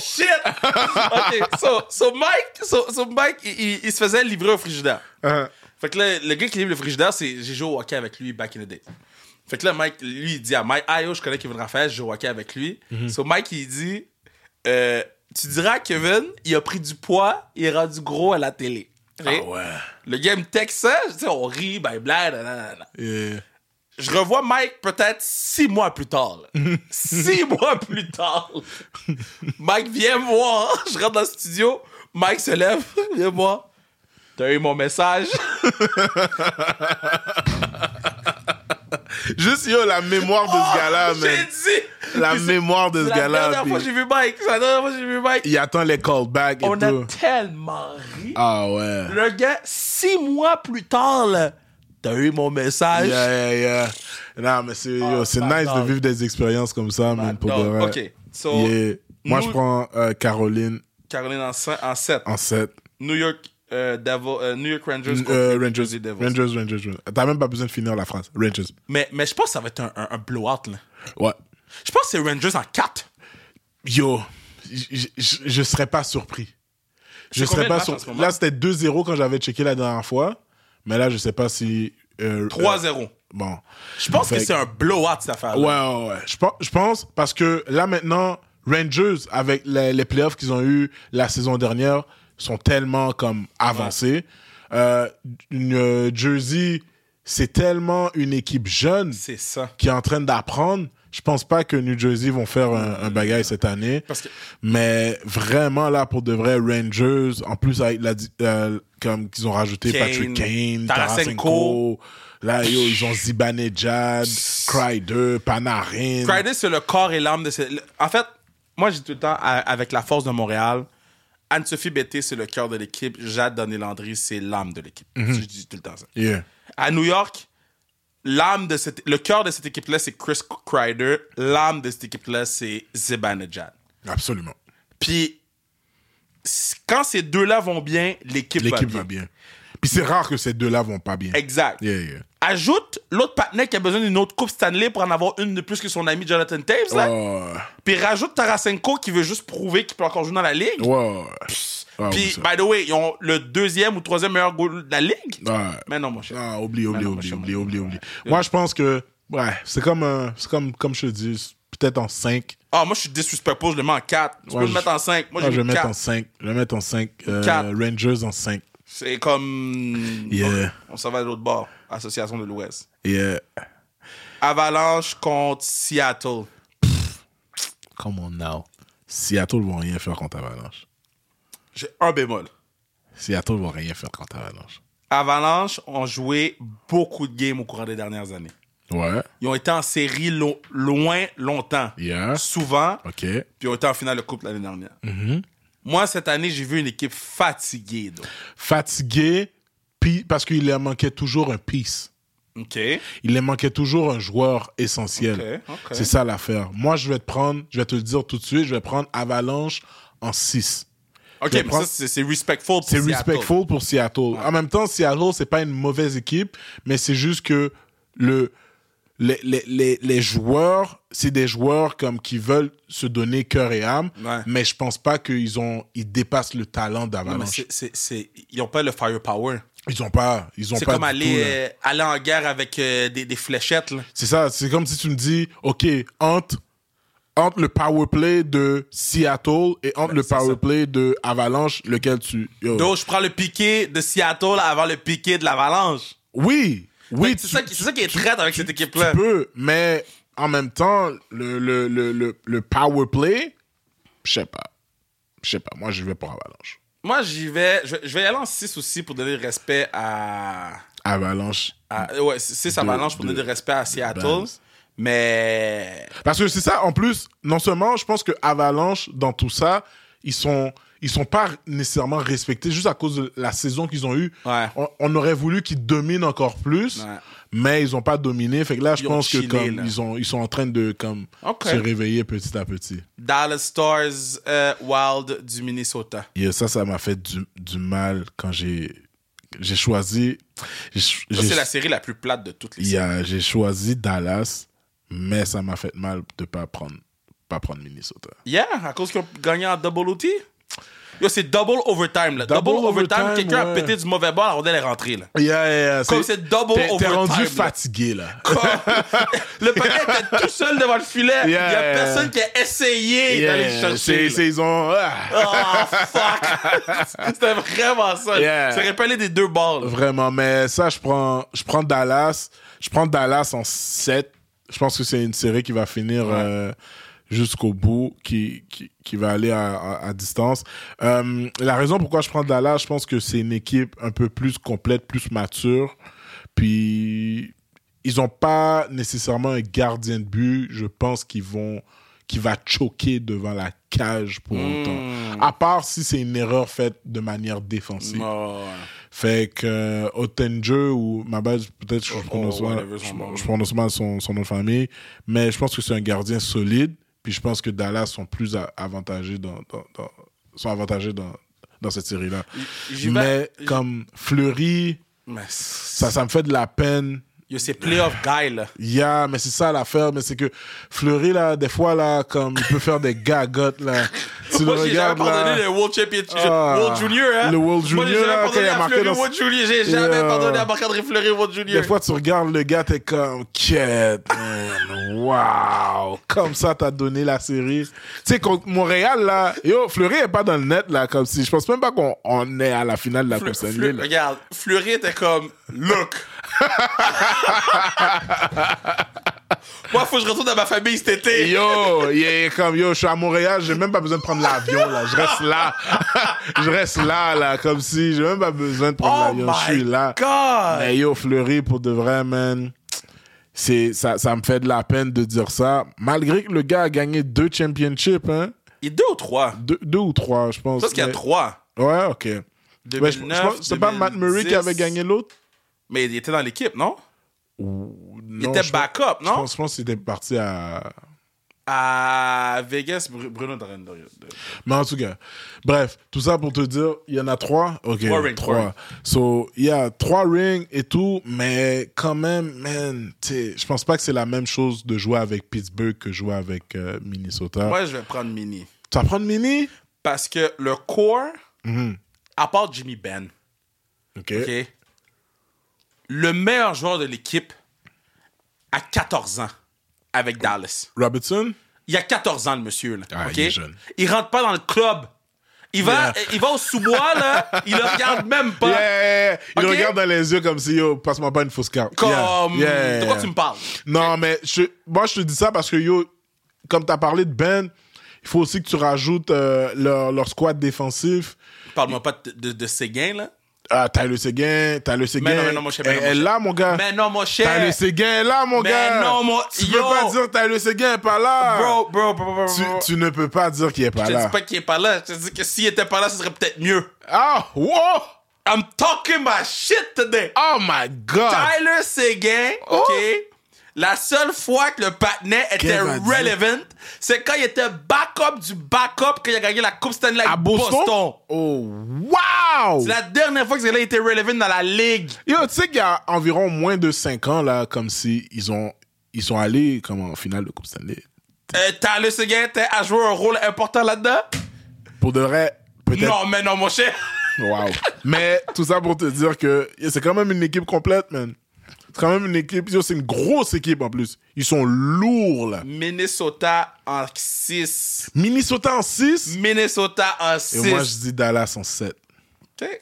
B: shit! OK, so, so Mike, so, so Mike il, il- il se faisait livrer au frigidaire.
A: Uh-huh.
B: Fait que là, le gars qui livre le frigidaire, c'est j'ai joué au hockey avec lui back in the day. Fait que là, Mike, lui, il dit à Mike, ah yo, je connais Kevin Raphaël, je joue au hockey avec lui.
A: Mm-hmm.
B: So Mike, il dit, euh, tu diras à Kevin, il a pris du poids, il est rendu gros à la télé.
A: Ah
B: Ok?
A: ouais.
B: Le gars me texte ça, tu sais, on rit, bye blah, nanana.
A: Yeah.
B: Je revois Mike peut-être six mois plus tard. là. six mois plus tard. Mike vient me voir. Je rentre dans le studio. Mike se lève. Viens me voir. T'as eu mon message?
A: Juste, yo, la mémoire de ce gars-là,
B: J'ai
A: man.
B: dit.
A: La
B: Puis c'est-
A: mémoire de
B: c'est
A: ce
B: la
A: gars-là.
B: dernière fois que
A: puis
B: j'ai vu Mike. C'est la dernière fois que j'ai vu Mike.
A: Il attend les callbacks et
B: On
A: tout.
B: a tellement ri.
A: Ah ouais.
B: Le gars, six mois plus tard, là, t'as eu mon message?
A: Yeah, yeah, yeah. Non, mais c'est, yo,
B: Oh,
A: c'est
B: bad
A: nice de
B: dog.
A: vivre des expériences comme ça, man, pour de
B: Donc,
A: vrai.
B: OK. So,
A: Yeah. Moi,
B: nous-
A: je prends euh, Caroline
B: Caroline en, cin- en sept.
A: en sept.
B: New York, euh, Devil, euh, New York Rangers contre
A: Euh,
B: New
A: Rangers,
B: Jersey Devils.
A: Rangers, Rangers, Rangers. T'as même pas besoin de finir la phrase. Rangers.
B: Mais, mais je pense que ça va être un, un, un blowout, là.
A: Ouais.
B: Je pense que c'est Rangers en quatre.
A: Yo, je- je je serais pas surpris. Je
B: C'est combien
A: serais
B: de
A: pas
B: matchs en
A: surpris.
B: ce moment?
A: Là, c'était deux zéro quand j'avais checké la dernière fois. Mais là, je sais pas si... euh,
B: trois
A: euh,
B: zéro.
A: bon.
B: Je pense
A: Fait
B: que
A: que-
B: c'est un blowout, cette affaire-là.
A: Ouais, ouais, ouais. Je pense, je pense parce que là maintenant, Rangers, avec les, les playoffs qu'ils ont eu la saison dernière, sont tellement comme avancés. Euh, une, euh, Jersey, c'est tellement une équipe jeune
B: C'est ça.
A: qui est en train d'apprendre. Je pense pas que New Jersey vont faire un, un bagaille cette année.
B: Parce que-
A: Mais vraiment, là, pour de vrai, Rangers, en plus, avec la, di- euh, comme qu'ils ont rajouté
B: Kane,
A: Patrick Kane,
B: Tarasenko.
A: Tarasenko. Là, yo, ils ont Zibanejad, Kreider, Panarin.
B: Kreider, c'est le corps et l'âme de ce... le- En fait, moi, j'ai tout le temps, à- avec la force de Montréal, Anne-Sophie Bété, c'est le cœur de l'équipe. Jade Donné-Landry, c'est l'âme de l'équipe.
A: Mhm.
B: Je dis tout le temps ça.
A: Yeah.
B: À New York, l'âme de cette... le cœur de cette équipe-là, c'est Chris Kreider. L'âme de cette équipe-là, c'est Zibanejad.
A: Absolument.
B: Puis, c- quand ces deux-là vont bien, l'équipe,
A: L'équipe
B: va
A: va
B: bien.
A: bien. Puis c'est rare que ces deux-là vont pas bien.
B: Exact.
A: Yeah, yeah.
B: Ajoute l'autre partenaire qui a besoin d'une autre coupe Stanley pour en avoir une de plus que son ami Jonathan Taves, là.
A: Ouais,
B: Puis rajoute Tarasenko qui veut juste prouver qu'il peut encore jouer dans la ligue.
A: ouais, ouais. Ah,
B: Puis,
A: oublie ça.
B: by the way, ils ont le deuxième ou troisième meilleur goal de la ligue.
A: Ouais.
B: Mais non, mon cher.
A: Ah, oublie, oublie,
B: Mais non,
A: oublie,
B: moi,
A: oublie,
B: je-
A: oublie, oublie. Moi, je pense que, ouais, c'est comme, un- c'est comme, comme je te dis, peut-être en cinq.
B: Ah, moi, je suis disrespectful, je le mets en quatre. Tu
A: Ouais,
B: peux
A: je-
B: le mettre en cinq. Moi,
A: Moi,
B: j'ai
A: je vais
B: mis
A: mettre en
B: quatre.
A: cinq. Je vais mettre en cinq. Euh,
B: Quatre.
A: Rangers en cinq.
B: C'est comme...
A: Yeah.
B: On s'en va à l'autre bord. Association de l'Ouest.
A: Yeah.
B: Avalanche contre Seattle.
A: Come on now. Seattle vont rien faire contre Avalanche.
B: J'ai un bémol.
A: Seattle vont rien faire contre Avalanche.
B: Avalanche ont joué beaucoup de games au cours des dernières années.
A: Ouais.
B: Ils ont été en série lo- loin, longtemps.
A: Yeah.
B: Souvent.
A: OK.
B: Puis ils ont été en finale de coupe l'année dernière.
A: Mm-hmm.
B: Moi, cette année, j'ai vu une équipe fatiguée. donc.
A: Fatigué, puis parce qu'il leur manquait toujours un piece.
B: OK.
A: Il leur manquait toujours un joueur essentiel.
B: Ok, ok.
A: C'est ça l'affaire. Moi, je vais te prendre, je vais te le dire tout de suite, je vais prendre Avalanche en six.
B: OK,
A: Je vais
B: mais
A: prendre-
B: ça, c'est c'est respectful pour
A: C'est
B: Seattle.
A: respectful pour Seattle. En même temps, Seattle, c'est pas une mauvaise équipe, mais c'est juste que le, les, les, les, les joueurs, c'est des joueurs comme qui veulent se donner cœur et âme,
B: Ouais.
A: mais je pense pas qu'ils ont, ils dépassent le talent
B: Non, mais
A: d'Avalanche.
B: c'est- c'est- c'est- ils n'ont pas le firepower.
A: Ils ont pas, ils ont
B: C'est
A: pas
B: comme
A: du
B: aller,
A: tout, là.
B: euh, aller en guerre avec euh, des, des fléchettes. Là.
A: C'est ça, c'est comme si tu me dis, OK, entre, entre le power play de Seattle et entre
B: Ben,
A: le
B: c'est
A: power
B: ça.
A: play de Avalanche, lequel tu... yo.
B: Donc, je prends le piqué de Seattle avant le piqué de l'Avalanche.
A: Oui, oui.
B: Fait que C'est
A: tu-
B: ça, qui- c'est ça qui est traite avec cette équipe-là.
A: Tu peux, mais en même temps, le, le, le, le, le power play, je sais pas. Je sais pas, moi je vais pour Avalanche.
B: Moi, j'y vais. Je vais, je vais y aller en six aussi pour donner le respect à.
A: Avalanche.
B: à ouais, six
A: De-
B: Avalanche pour
A: de-
B: donner le respect à Seattle.
A: base.
B: Mais.
A: Parce que c'est ça, en plus, non seulement, je pense que Avalanche, dans tout ça, ils sont, ils sont pas nécessairement respectés juste à cause de la saison qu'ils ont eue.
B: Ouais.
A: On, on aurait voulu qu'ils dominent encore plus,
B: Ouais.
A: mais ils ont pas dominé. Fait que là, je
B: Ils ont
A: pense que
B: chillé,
A: comme
B: là.
A: ils ont, ils sont en train de comme
B: Ok.
A: se réveiller petit à petit.
B: Dallas Stars euh, Wild du Minnesota.
A: Et ça, ça m'a fait du, du mal quand j'ai, j'ai choisi. J'ai,
B: Ça,
A: j'ai-
B: c'est la série la plus plate de toutes les
A: il y
B: séries.
A: a- j'ai choisi Dallas, mais ça m'a fait mal de pas prendre, pas prendre Minnesota.
B: Yeah, à cause qu'ils ont gagné en double O T. Yo, c'est double overtime, là. Double,
A: Double
B: overtime,
A: overtime,
B: quelqu'un a
A: ouais.
B: pété du mauvais ball, la rondelle est rentrée, là.
A: Yeah, yeah, yeah,
B: Comme c'est double
A: t'es,
B: overtime.
A: T'es rendu
B: là.
A: fatigué, là.
B: Le paquet était tout seul devant le filet. Il
A: Yeah,
B: y a
A: yeah.
B: personne qui a essayé
A: Yeah,
B: d'aller le chercher.
A: c'est,
B: là.
A: c'est, ils ont... ah.
B: Oh, fuck! C'était vraiment ça.
A: Yeah.
B: Ça aurait pas allé des deux balles.
A: Vraiment, mais ça, je prends, je prends Dallas. Je prends Dallas en sept. Je pense que c'est une série qui va finir
B: Ouais.
A: euh, jusqu'au bout, qui, qui, qui va aller à, à, à distance. Euh, la raison pourquoi je prends Dallas, je pense que c'est une équipe un peu plus complète, plus mature. Puis, ils n'ont pas nécessairement un gardien de but. Je pense qu'ils vont qui va choquer devant la cage pour
B: Mm.
A: autant. À part si c'est une erreur faite de manière défensive.
B: Oh,
A: Fait que euh, Ottinger ou ma base, peut-être que je
B: Oh,
A: prononce
B: oh,
A: mal,
B: whatever son nom.
A: je, je prononce mal son, son nom de famille, mais je pense que c'est un gardien solide. Puis je pense que Dallas sont plus a- avantagés dans, dans, dans- sont avantagés dans, dans cette série-là.
B: J'y vais-
A: Mais
B: j'y-
A: comme Fleury,
B: Mais
A: ça, ça me fait de la peine.
B: Yo, c'est playoff guy, là.
A: Yeah, mais c'est ça l'affaire, mais c'est que Fleury, là, des fois, là, comme, il peut faire des gagottes, là. Tu
B: Moi,
A: le
B: j'ai jamais
A: regardes, là.
B: pardonné le World Championship,
A: Ah,
B: World Junior, hein.
A: le World
B: Moi, j'ai
A: Junior,
B: jamais
A: là, quand
B: pardonné
A: il a
B: à
A: marqué
B: Fleury
A: dans-
B: World Junior. J'ai jamais
A: Yeah.
B: pardonné à Marc-André Fleury World Junior.
A: Des fois, tu regardes le gars, t'es comme, quête, man, wow. Comme ça, t'as donné la série. Tu sais, contre Montréal, là, yo, Fleury est pas dans le net, là, comme si, je pense même pas qu'on on est à la finale de la
B: Fleu-
A: Coupe Stanley,
B: Fleu-
A: là.
B: Regarde, Fleury était comme, look. Moi, faut que je retourne à ma famille cet été.
A: Yo, il est comme, yo, je suis à Montréal, j'ai même pas besoin de prendre l'avion, là. Je reste là. Je reste là, là, comme si, j'ai même pas besoin de prendre
B: Oh
A: l'avion. Je suis
B: my
A: là.
B: God.
A: Mais yo, Fleury, pour de vrai, man, c'est, ça, ça me fait de la peine de dire ça. Malgré que le gars a gagné deux championships, hein.
B: Il est deux ou trois?
A: Deux, deux ou trois, je pense.
B: Je pense qu'il y a
A: Mais-
B: trois.
A: Ouais, ok. Mais je, je
B: deux mille neuf,
A: pense, c'est pas Matt Murray qui avait gagné l'autre?
B: Mais il était dans l'équipe, non? Il
A: Non,
B: était
A: je pense-
B: backup,
A: Je
B: non?
A: pense, je pense qu'il était parti à...
B: À Vegas, Bru- Bruno de de- de-
A: Mais en tout cas, bref, tout ça pour te dire, il y en a trois. Ok,
B: Trois rings, trois rings.
A: So, il y a trois rings et tout, mais quand même, man, tu sais, je pense pas que c'est la même chose de jouer avec Pittsburgh que jouer avec euh, Minnesota.
B: Moi, je vais prendre Mini.
A: Tu vas prendre Mini?
B: Parce que le core,
A: Mhm.
B: à part Jimmy Ben,
A: Ok.
B: OK? Le meilleur joueur de l'équipe a quatorze ans avec Dallas.
A: Robertson?
B: Il a quatorze ans, le monsieur, là.
A: Ah,
B: OK?
A: il est jeune.
B: Il rentre pas dans le club. Il va,
A: Yeah.
B: il va au sous-bois, là. Il le regarde même pas.
A: Yeah, yeah, yeah. Il
B: Ok.
A: regarde dans les yeux comme si, yo, passe-moi pas une fausse carte.
B: Comme.
A: Yeah, yeah,
B: De quoi
A: yeah.
B: tu me parles?
A: Non, mais je, moi, je te dis ça parce que, yo, comme tu as parlé de Ben, il faut aussi que tu rajoutes euh, leur, leur squad défensif.
B: Parle-moi pas de, de, de Séguin, là.
A: Ah, Tyler Seguin, Tyler Seguin.
B: Mais non, mais non, mon cher, mais non,
A: Elle
B: mon
A: est
B: cher.
A: là, mon gars.
B: Mais non, mon cher.
A: Tyler Seguin est là, mon
B: Mais
A: gars.
B: non, mon-
A: Tu
B: yo.
A: peux pas dire Tyler Seguin est pas là.
B: Bro, bro, bro, bro,
A: Tu,
B: bro.
A: tu ne peux pas dire qu'il est pas
B: Je te
A: là.
B: dis pas qu'il est pas là. Je te dis que s'il était pas là, ce serait peut-être mieux.
A: Ah, wow.
B: I'm talking my shit today.
A: Oh my God.
B: Tyler Seguin,
A: Oh.
B: OK? La seule fois que le patinet était
A: Kev a dit.
B: relevant, c'est quand il était backup du backup quand il a gagné la Coupe Stanley avec
A: À Boston?
B: Boston.
A: Oh, wow.
B: C'est la dernière fois que ce gars-là était relevant dans la ligue.
A: Yo, tu sais qu'il y a environ moins de cinq ans, là, comme si ils ont, ils sont allés, comme en finale de Coupe Stanley.
B: Euh, Tyler Seguin a joué un rôle important là-dedans?
A: Pour de vrai, peut-être.
B: Non, mais non, mon cher.
A: Wow. Mais tout ça pour te dire que c'est quand même une équipe complète, man. C'est quand même une équipe. Yo, c'est une grosse équipe en plus. Ils sont lourds, là.
B: Minnesota en six.
A: Minnesota en six.
B: Minnesota en
A: Et
B: six.
A: moi, je dis Dallas en sept.
B: OK.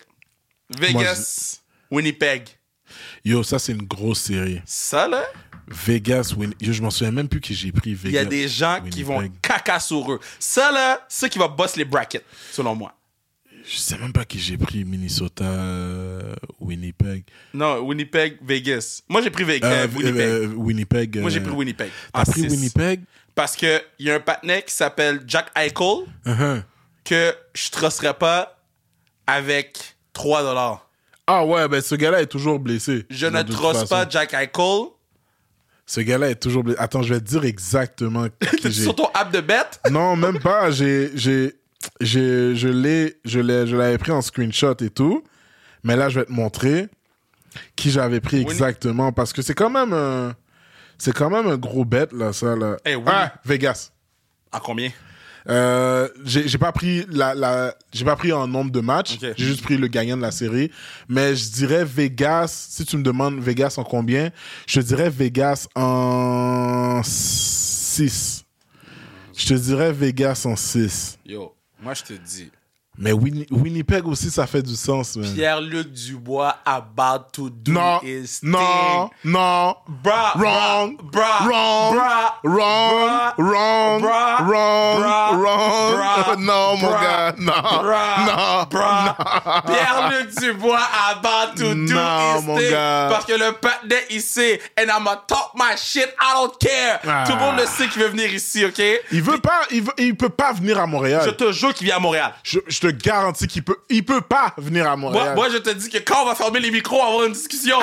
B: Vegas, Winnipeg.
A: Yo, ça, c'est une grosse série.
B: Ça, là,
A: Vegas, Win... Yo, je m'en souviens même plus que j'ai pris Vegas.
B: il y a des gens qui vont
A: Winnipeg.
B: caca sur eux. Ça, là, c'est ce qui va boss les brackets, selon moi.
A: Je sais même pas qui j'ai pris. Minnesota, euh, Winnipeg.
B: Non, Winnipeg, Vegas. Moi, j'ai pris Vegas,
A: Euh,
B: Winnipeg.
A: euh, Winnipeg.
B: Moi, j'ai
A: euh,
B: pris Winnipeg.
A: T'as
B: en
A: pris
B: six.
A: Winnipeg?
B: Parce qu'il y a un patinet qui s'appelle Jack Eichel
A: Uh-huh.
B: que je trosserais pas avec trois dollars.
A: Ah ouais, ben ce gars-là est toujours blessé.
B: Je
A: De
B: ne
A: toute
B: trosse
A: façon.
B: pas Jack Eichel.
A: Ce gars-là est toujours blessé. Attends, je vais te dire exactement qui j'ai.
B: Sur ton app de bet.
A: Non, même pas. J'ai, j'ai, j'ai, je l'ai, je l'ai, je l'avais pris en screenshot et tout. Mais là, je vais te montrer qui j'avais pris
B: Winnie-
A: exactement parce que c'est quand même un, c'est quand même un gros bet là, ça là.
B: Eh oui.
A: Ah, Vegas.
B: À combien?
A: Euh, j'ai, j'ai pas pris la, la, j'ai pas pris en nombre de matchs.
B: Ok.
A: J'ai juste pris le gagnant de la série. Mais je dirais Vegas. Si tu me demandes Vegas en combien, je te dirais Vegas en six. Je te dirais Vegas en six.
B: Yo, moi, je te dis.
A: Mais Winni- Winnipeg aussi, ça fait du sens, man.
B: Pierre-Luc Dubois about to do
A: Non,
B: his
A: non,
B: thing.
A: non.
B: Bra,
A: Wrong,
B: bra,
A: wrong,
B: bra,
A: wrong,
B: bra,
A: wrong,
B: bra,
A: wrong,
B: bra,
A: wrong.
B: bra,
A: Non, mon
B: bra,
A: gars, non,
B: bra,
A: non,
B: bra. Pierre-Luc Dubois about to do
A: Non,
B: his
A: mon
B: thing.
A: gars.
B: Parce que le patinet ici, and I'ma talk my shit, I don't care.
A: Ah.
B: Tout le monde le sait qu'il veut venir ici, OK?
A: Il veut pas, il, veut, il peut pas venir à Montréal.
B: Je te jure qu'il vient à Montréal.
A: Je, je te garantis qu'il peut, il peut pas venir à
B: Moi,
A: Montréal.
B: moi, je te dis que quand on va fermer les micros, on va avoir une discussion.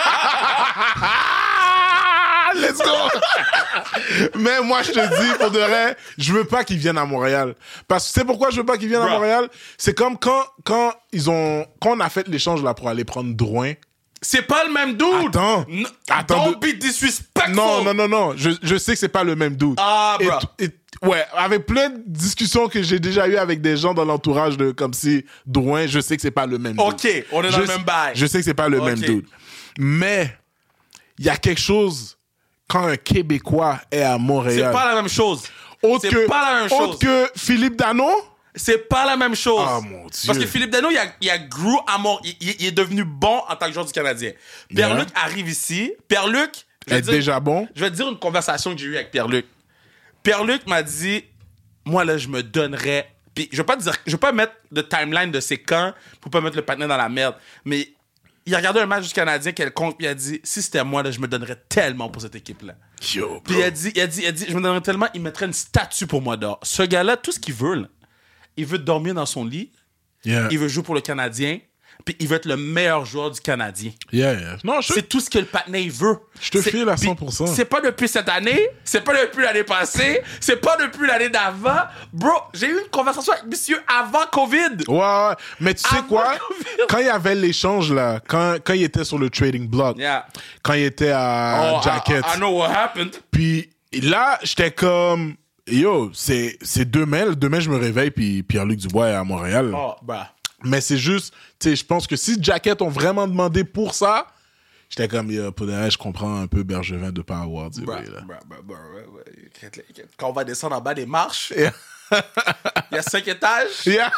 A: Ah, let's go. Mais moi, je te dis, pour de vrai, je veux pas qu'il vienne à Montréal. Parce que tu sais pourquoi je veux pas qu'il vienne à
B: Bro.
A: Montréal? C'est comme quand, quand ils ont, quand on a fait l'échange là pour aller prendre Drouin.
B: C'est pas le même dude.
A: Attends.
B: N-
A: Attends,
B: Don't be disrespectful.
A: Non, non, non, non. Je, je sais que c'est pas le même dude.
B: Ah,
A: Et
B: bro.
A: t- et- ouais, avec plein de discussions que j'ai déjà eues avec des gens dans l'entourage de comme si Drouin, je sais que c'est pas le même dude.
B: OK, on est dans
A: je
B: le même bail.
A: Je sais que c'est pas le
B: Ok.
A: même dude. Mais il y a quelque chose quand un Québécois est à
B: C'est
A: Montréal.
B: pas la même chose.
A: Autre
B: c'est
A: que,
B: pas la même
A: autre
B: chose.
A: que Philippe Dano.
B: C'est pas la même chose.
A: Ah, mon Dieu.
B: Parce que Philippe Dano, il a, il a grew à mort. Il, il- il est devenu bon en tant que joueur du Canadien. Pierre-Luc arrive ici. Pierre-Luc, je vais
A: Est
B: te dire-
A: déjà bon.
B: je vais te dire une conversation que j'ai eue avec Pierre-Luc. Pierre-Luc m'a dit, moi, là, je me donnerais... Puis, je vais pas te dire... Je vais pas mettre de timeline de ses camps pour pas mettre le patinet dans la merde. Mais il a regardé un match du Canadien quelconque, puis il a dit, si c'était moi, là, je me donnerais tellement pour cette équipe-là.
A: Yo,
B: Puis il a dit, il a dit, il a dit, je me donnerais tellement, il mettrait une statue pour moi dehors. Ce gars-là, tout ce qu'il veut, là, il veut dormir dans son lit,
A: Yeah.
B: il veut jouer pour le Canadien, puis il veut être le meilleur joueur du Canadien.
A: Yeah, yeah. Non, je
B: C'est tout ce que le patinet il veut.
A: Je te
B: C'est-
A: file à
B: puis
A: cent pour cent.
B: C'est pas depuis cette année, c'est pas depuis l'année passée, c'est pas depuis l'année d'avant. Bro, j'ai eu une conversation avec monsieur avant COVID.
A: Ouais, ouais. Mais tu sais
B: Avant
A: quoi?
B: Covid.
A: Quand il y avait l'échange, là, quand, quand il était sur le trading block,
B: Yeah.
A: quand il était à
B: Oh,
A: Jacket,
B: I, I know what happened.
A: puis là, j'étais comme, yo, c'est, c'est demain, demain je me réveille, puis Pierre-Luc Dubois est à Montréal.
B: Oh, bah.
A: Mais c'est juste, tu sais, je pense que si Jacket ont vraiment demandé pour ça, j'étais comme, yo, pour de vrai, je comprends un peu Bergevin de pas avoir dit
B: Bah,
A: oui, là.
B: bah, bah, bah, ouais, ouais. Quand on va descendre en bas des marches,
A: Yeah.
B: il y a cinq étages.
A: Yeah.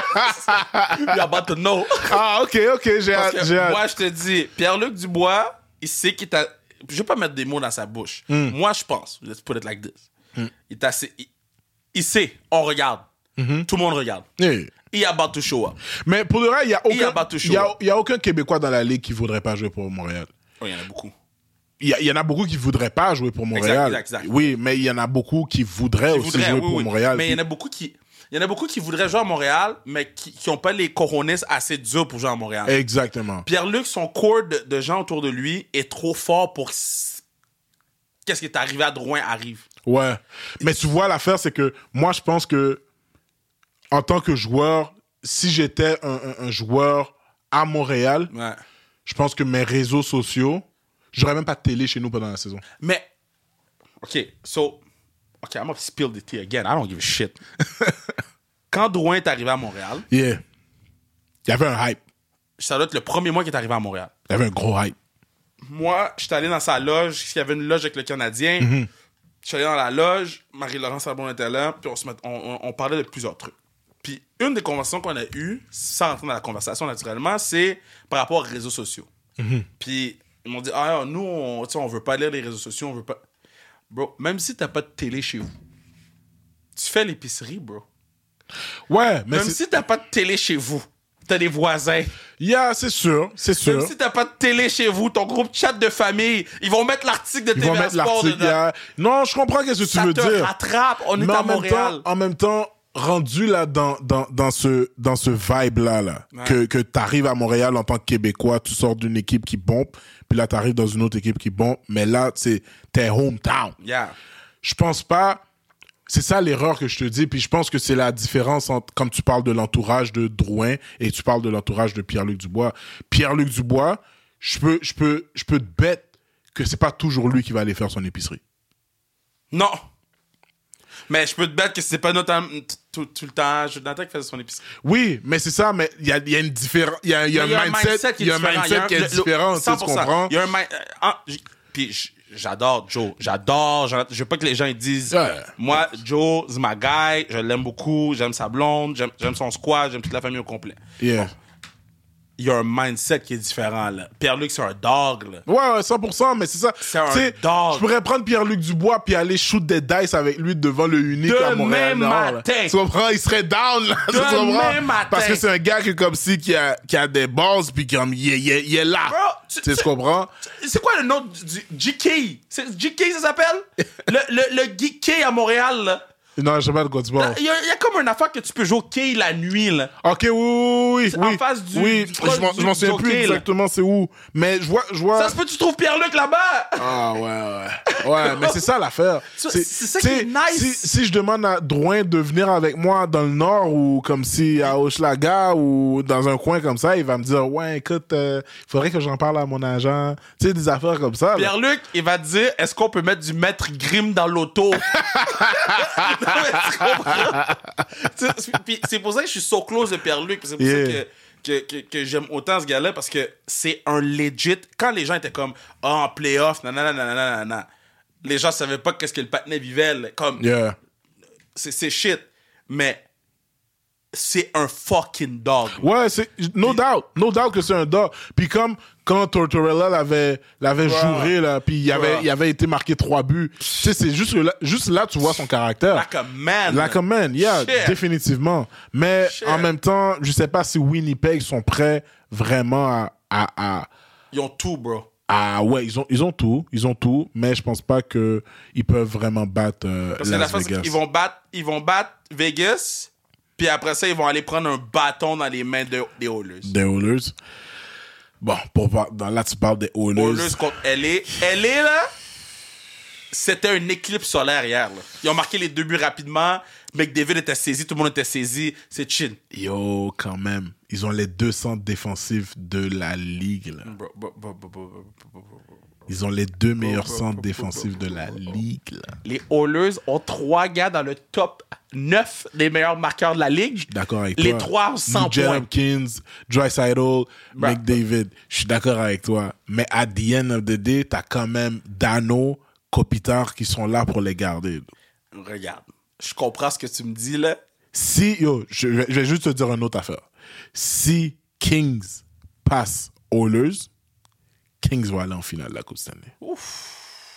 B: You're about to know.
A: Ah, ok, ok, j'ai
B: Parce
A: hâte,
B: que
A: j'ai hâte.
B: moi, je te dis, Pierre-Luc Dubois, il sait qu'il t'a... Je vais pas mettre des mots dans sa bouche.
A: Hmm.
B: Moi, je pense, let's put it like this. Il, t'a... il... il sait, on regarde.
A: Mm-hmm.
B: Tout le monde regarde.
A: Yeah.
B: Il est about to show up.
A: Mais pour le reste, il y a
B: Il y a
A: aucun,
B: Batou
A: il y a,
B: Show.
A: il y a aucun Québécois dans la ligue qui voudrait pas jouer pour Montréal.
B: Oh, il y en a beaucoup.
A: Il y, a- il y en a beaucoup qui voudraient pas jouer pour Montréal.
B: exact, exact.
A: Oui, mais il y en a beaucoup qui voudraient
B: Qui
A: aussi
B: voudraient,
A: jouer
B: oui,
A: pour
B: oui.
A: Montréal.
B: Mais il y en a beaucoup qui... Il y en a beaucoup qui voudraient jouer à Montréal, mais qui n'ont pas les cojones assez durs pour jouer à Montréal.
A: Exactement.
B: Pierre-Luc, son corps de, de gens autour de lui est trop fort pour... s- Qu'est-ce qui est arrivé à Drouin arrive.
A: Ouais. Mais tu vois, l'affaire, c'est que moi, je pense que en tant que joueur, si j'étais un, un- un joueur à Montréal,
B: Ouais.
A: je pense que mes réseaux sociaux, j'aurais même pas de télé chez nous pendant la saison.
B: Mais, OK, so, OK, I'm gonna spill the tea again. I don't give a shit. Quand Drouin est arrivé à Montréal,
A: Yeah. Il y avait un hype.
B: ça doit être le premier mois qu'il est arrivé à Montréal.
A: Il y avait un gros hype.
B: Moi, je suis allé dans sa loge, il y avait une loge avec le Canadien.
A: Mm-hmm.
B: Je suis allé dans la loge, Marie-Laurence Sabon était là, puis on, se met, on, on, on parlait de plusieurs trucs. Puis une des conversations qu'on a eues, sans rentrer dans la conversation naturellement, c'est par rapport aux réseaux sociaux.
A: Mm-hmm.
B: Puis ils m'ont dit, ah, nous, on, tu sais, on veut pas lire les réseaux sociaux, on veut pas... Bro, même si t'as pas de télé chez vous, tu fais l'épicerie, bro.
A: Ouais, mais
B: Même
A: c'est...
B: si t'as pas de télé chez vous, t'as des voisins.
A: Yeah, c'est sûr, c'est sûr.
B: Même si t'as pas de télé chez vous, ton groupe chat de famille, ils vont mettre l'article de
A: Ils
B: T V
A: vont
B: A
A: mettre
B: Sport
A: l'article.
B: dedans.
A: yeah. Non, je comprends qu'est-ce que tu
B: Ça
A: veux
B: te
A: dire.
B: rattrape, on est
A: Mais
B: à
A: en même,
B: Montréal.
A: temps, en même temps, rendu là dans, dans, dans ce, dans ce vibe-là, là,
B: Ouais.
A: que, que t'arrives à Montréal en tant que Québécois, tu sors d'une équipe qui bombe, puis là, t'arrives dans une autre équipe qui bombe, mais là, c'est t'es hometown.
B: Yeah.
A: Je pense pas... C'est ça l'erreur que je te dis, puis je pense que c'est la différence entre, comme tu parles de l'entourage de Drouin et tu parles de l'entourage de Pierre-Luc Dubois. Pierre-Luc Dubois, je peux, je peux, je peux te bête que c'est pas toujours lui qui va aller faire son épicerie.
B: Non. Mais je peux te battre que c'est pas notamment tout, tout le temps Jonathan qui faisait son épicerie.
A: Oui, mais c'est ça, mais il y a, il y a une différence, il y a, il y a
B: Mais
A: un mindset, il y a un
B: différent.
A: mindset qui est
B: le- le-
A: différent, tu sais, tu
B: cent pour cent.
A: comprends?
B: Il y a un mi- euh, ah, j- Puis j- j'adore Joe. J'adore. Jonathan. Je veux pas que les gens ils disent,
A: Ouais.
B: moi, Joe, c'est ma guy, je l'aime beaucoup, j'aime sa blonde, j'aime, j'aime son squad, j'aime toute la famille au complet.
A: Yeah.
B: Il y a un mindset qui est différent, là. Pierre-Luc, c'est un dog, là.
A: Ouais, ouais, cent pour cent, mais c'est ça.
B: C'est un
A: Tu sais,
B: dog.
A: je pourrais prendre Pierre-Luc Dubois puis aller shoot des dice avec lui devant le unique
B: Demain
A: à Montréal. Nord, là.
B: matin.
A: Tu comprends? Il serait down, là. Tu
B: Demain
A: comprends?
B: matin.
A: Parce que c'est un gars qui, comme si, qui a, qui a des bases puis comme, il est, il est, il est là.
B: Bro, tu-
A: tu sais,
B: tu-
A: tu comprends?
B: C'est quoi le nom du, du G K? C'est G K, ça s'appelle? le, le, le G K à Montréal, là.
A: Non, je sais pas de quoi tu parles.
B: Il y, a, il y a comme une affaire que tu peux jouer au quai la nuit, là.
A: Ok, oui, oui, oui.
B: C'est
A: oui.
B: en face du-
A: Oui,
B: du
A: je
B: proche
A: m'en-
B: du-
A: je m'en
B: du
A: souviens plus
B: hockey, là.
A: exactement c'est où. Mais je vois, je vois.
B: Ça se peut que tu trouves Pierre-Luc là-bas?
A: Ah, ouais, ouais. Ouais, mais c'est ça l'affaire.
B: C'est-
A: C'est
B: c'est ça
A: tu
B: qui est
A: sais,
B: nice.
A: Si, si je demande à Drouin de venir avec moi dans le nord ou comme si à Hochelaga ou dans un coin comme ça, il va me dire ouais, écoute, il euh, faudrait que j'en parle à mon agent. Tu sais, des affaires comme ça. là.
B: Pierre-Luc, il va te dire, est-ce qu'on peut mettre du maître Grimm dans l'auto? Non, mais tu comprends? C'est- puis c'est pour ça que je suis so close de Pierre-Luc. C'est pour
A: Yeah.
B: ça que, que, que, que j'aime autant ce gars-là, parce que c'est un legit... Quand les gens étaient comme, ah, oh, en playoff, nanana, nanana, nanana, les gens savaient pas qu'est-ce que le patinet vivait. là. Comme,
A: Yeah.
B: c'est, c'est shit. Mais c'est un fucking dog.
A: Ouais, c'est no doubt, no doubt que c'est un dog. Puis comme quand Tortorella l'avait l'avait
B: Ouais.
A: juré là, puis il avait
B: Ouais.
A: il avait été marqué trois buts. Tu sais, c'est juste là, juste là tu vois son caractère.
B: Like a man.
A: Like a man, yeah,
B: Shit.
A: définitivement. Mais
B: Shit.
A: en même temps, je sais pas si Winnipeg sont prêts vraiment à à, à
B: Ils ont tout, bro.
A: ah ouais, ils ont ils ont tout, ils ont tout, mais je pense pas que ils peuvent vraiment battre euh,
B: Parce que la
A: Las
B: face, c'est
A: Vegas.
B: qu'ils vont battre, ils vont battre Vegas, puis après ça, ils vont aller prendre un bâton dans les mains de, des Oilers.
A: Des Oilers. Bon, pour voir- dans là tu parles des Oilers.
B: Oilers contre L A. L A, là, c'était une éclipse solaire hier. Là. Ils ont marqué les deux buts rapidement. McDavid était saisi, tout le monde était saisi. C'est chill.
A: Yo, quand même. Ils ont les deux centres défensifs de la ligue. Là.
B: Bro, bro, bro, bro, bro, bro, bro, bro.
A: Ils ont les deux meilleurs centres défensifs de la ligue. Là.
B: Les Oilers ont trois gars dans le top neuf des meilleurs marqueurs de la ligue.
A: D'accord avec
B: Les
A: toi.
B: trois ont cent
A: Nugent
B: points.
A: Hopkins, Draisaitl, McDavid. Je suis d'accord avec toi. Mais at the end of the day, t'as quand même Dano, Kopitar qui sont là pour les garder.
B: Regarde, je comprends ce que tu me dis, là.
A: Si, yo, je vais, je vais juste te dire une autre affaire. Si Kings passe Oilers, Kings vont aller en finale de la Coupe Stanley.
B: Ouf.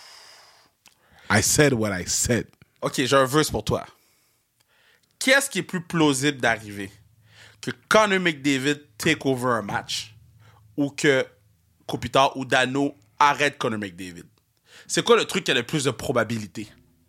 A: I said what I said.
B: OK, j'ai un verse pour toi. Qu'est-ce qui est plus plausible d'arriver? Que Connor McDavid take over un match ou que Kopitar ou Dano arrête Connor McDavid? C'est quoi le truc qui a le plus de probabilité?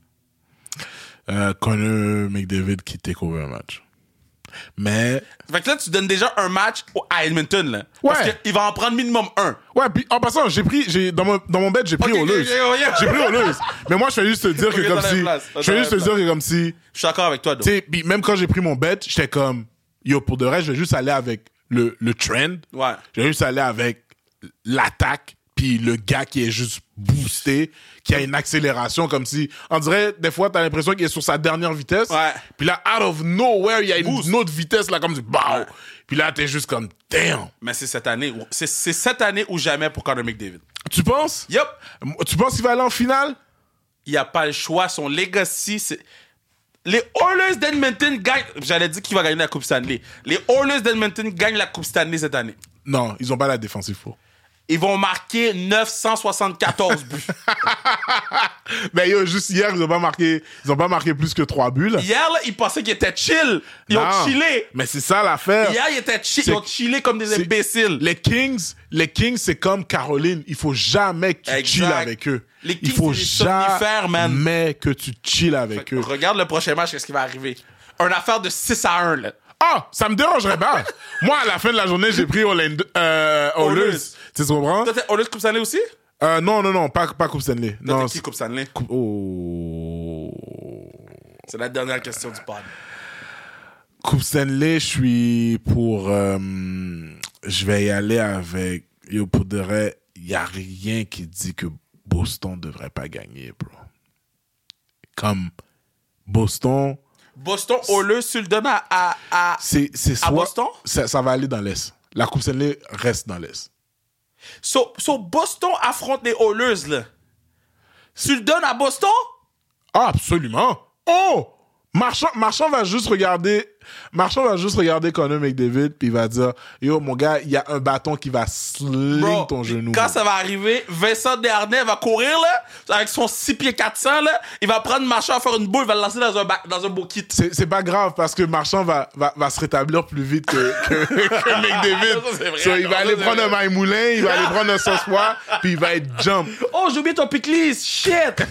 A: Euh, Connor McDavid qui take over un match. Mais,
B: Fait que là, tu donnes déjà un match au- à Edmonton, là. Parce
A: Ouais.
B: qu'il va en prendre minimum un.
A: ouais, puis en passant, j'ai pris, j'ai, dans mon, dans mon bed, j'ai pris
B: Ok, ok,
A: Oilers.
B: ok, ok.
A: J'ai pris Oilers. Mais moi, je fais juste te dire que
B: Ok,
A: comme
B: dans la
A: si,
B: place.
A: je fais
B: Dans
A: juste
B: la
A: te dire que comme si,
B: Je suis d'accord avec toi, donc.
A: tu sais, puis même quand j'ai pris mon bet, j'étais comme, yo, pour de vrai, je vais juste aller avec le, le trend.
B: Ouais.
A: Je vais juste aller avec l'attaque, puis le gars qui est juste boosté, qui a une accélération comme si, on dirait, des fois, t'as l'impression qu'il est sur sa dernière vitesse.
B: Ouais.
A: Puis là, out of nowhere, il y a une,
B: Boost.
A: une autre vitesse, là, comme si, bah.
B: Ouais.
A: Puis là, t'es juste comme, damn.
B: Mais c'est cette année. où- C'est, c'est cette année ou jamais pour Connor McDavid.
A: Tu penses?
B: Yup.
A: Tu penses qu'il va aller en finale?
B: Il n'y a pas le choix. Son legacy, c'est... Les Oilers d'Edmonton gagnent... J'allais dire qu'il va gagner la Coupe Stanley. Les Oilers d'Edmonton gagnent la Coupe Stanley cette année.
A: Non, ils ont pas la défensive pour.
B: Ils vont marquer neuf cent soixante-quatorze buts.
A: Mais yo, juste hier, ils ont pas marqué, ils ont pas marqué plus que trois buts, là.
B: Hier, là, ils pensaient qu'ils étaient chill. Ils
A: Non.
B: ont chillé.
A: Mais c'est ça l'affaire.
B: Hier, ils étaient chill.
A: C'est-
B: Ils ont chillé comme des
A: c'est-
B: imbéciles.
A: Les Kings, les Kings, c'est comme Caroline. Il faut jamais que tu
B: Exact.
A: chill avec eux.
B: Les
A: Il
B: Kings,
A: faut
B: c'est des somnifères, man.
A: jamais que tu chill avec eux.
B: Regarde le prochain match, qu'est-ce qui va arriver. Une affaire de six à un, là.
A: Ah, ça me dérangerait pas. Moi, à la fin de la journée, j'ai pris Orlando, euh, Oilers.
B: Oilers.
A: Tu comprends?
B: Toi, t'es Oilers Coupe Stanley aussi?
A: Euh, non, non, non, pas, pas Coupe Stanley.
B: Toi,
A: Non,
B: t'es qui Coupe Stanley?
A: c'est- oh.
B: C'est la dernière question du pod.
A: Coupe Stanley, je suis pour. euh, je vais y aller avec. Yo, pour de vrai, il n'y a rien qui dit que Boston ne devrait pas gagner, bro. Comme Boston,
B: Boston, Oilers, tu le donnes à... à, à...
A: c'est c'est soit.
B: Boston?
A: Ça, ça va aller dans l'Est. La Coupe Stanley reste dans l'Est.
B: So, so Boston affronte les Oilers, là. Tu le donnes à Boston?
A: Ah, absolument. Oh! Marchand, Marchand va juste regarder. Marchand va juste regarder Connor McDavid puis il va dire yo mon gars, il y a un bâton qui va sling
B: Bro,
A: ton genou.
B: quand ça va arriver, Vincent Desharnais va courir, là, avec son six pieds quatre cents, là, il va prendre Marchand à faire une boule, il va le lancer dans un, ba- dans un beau kit.
A: C'est, c'est pas grave parce que Marchand va, va, va se rétablir plus vite que, que, que McDavid.
B: Ça, c'est vrai.
A: So, il va
B: Non,
A: aller
B: ça, c'est
A: prendre
B: vrai.
A: un maille moulin, il va aller prendre un sauce pois, puis il va être jump.
B: Oh, j'ai oublié ton pickles, shit!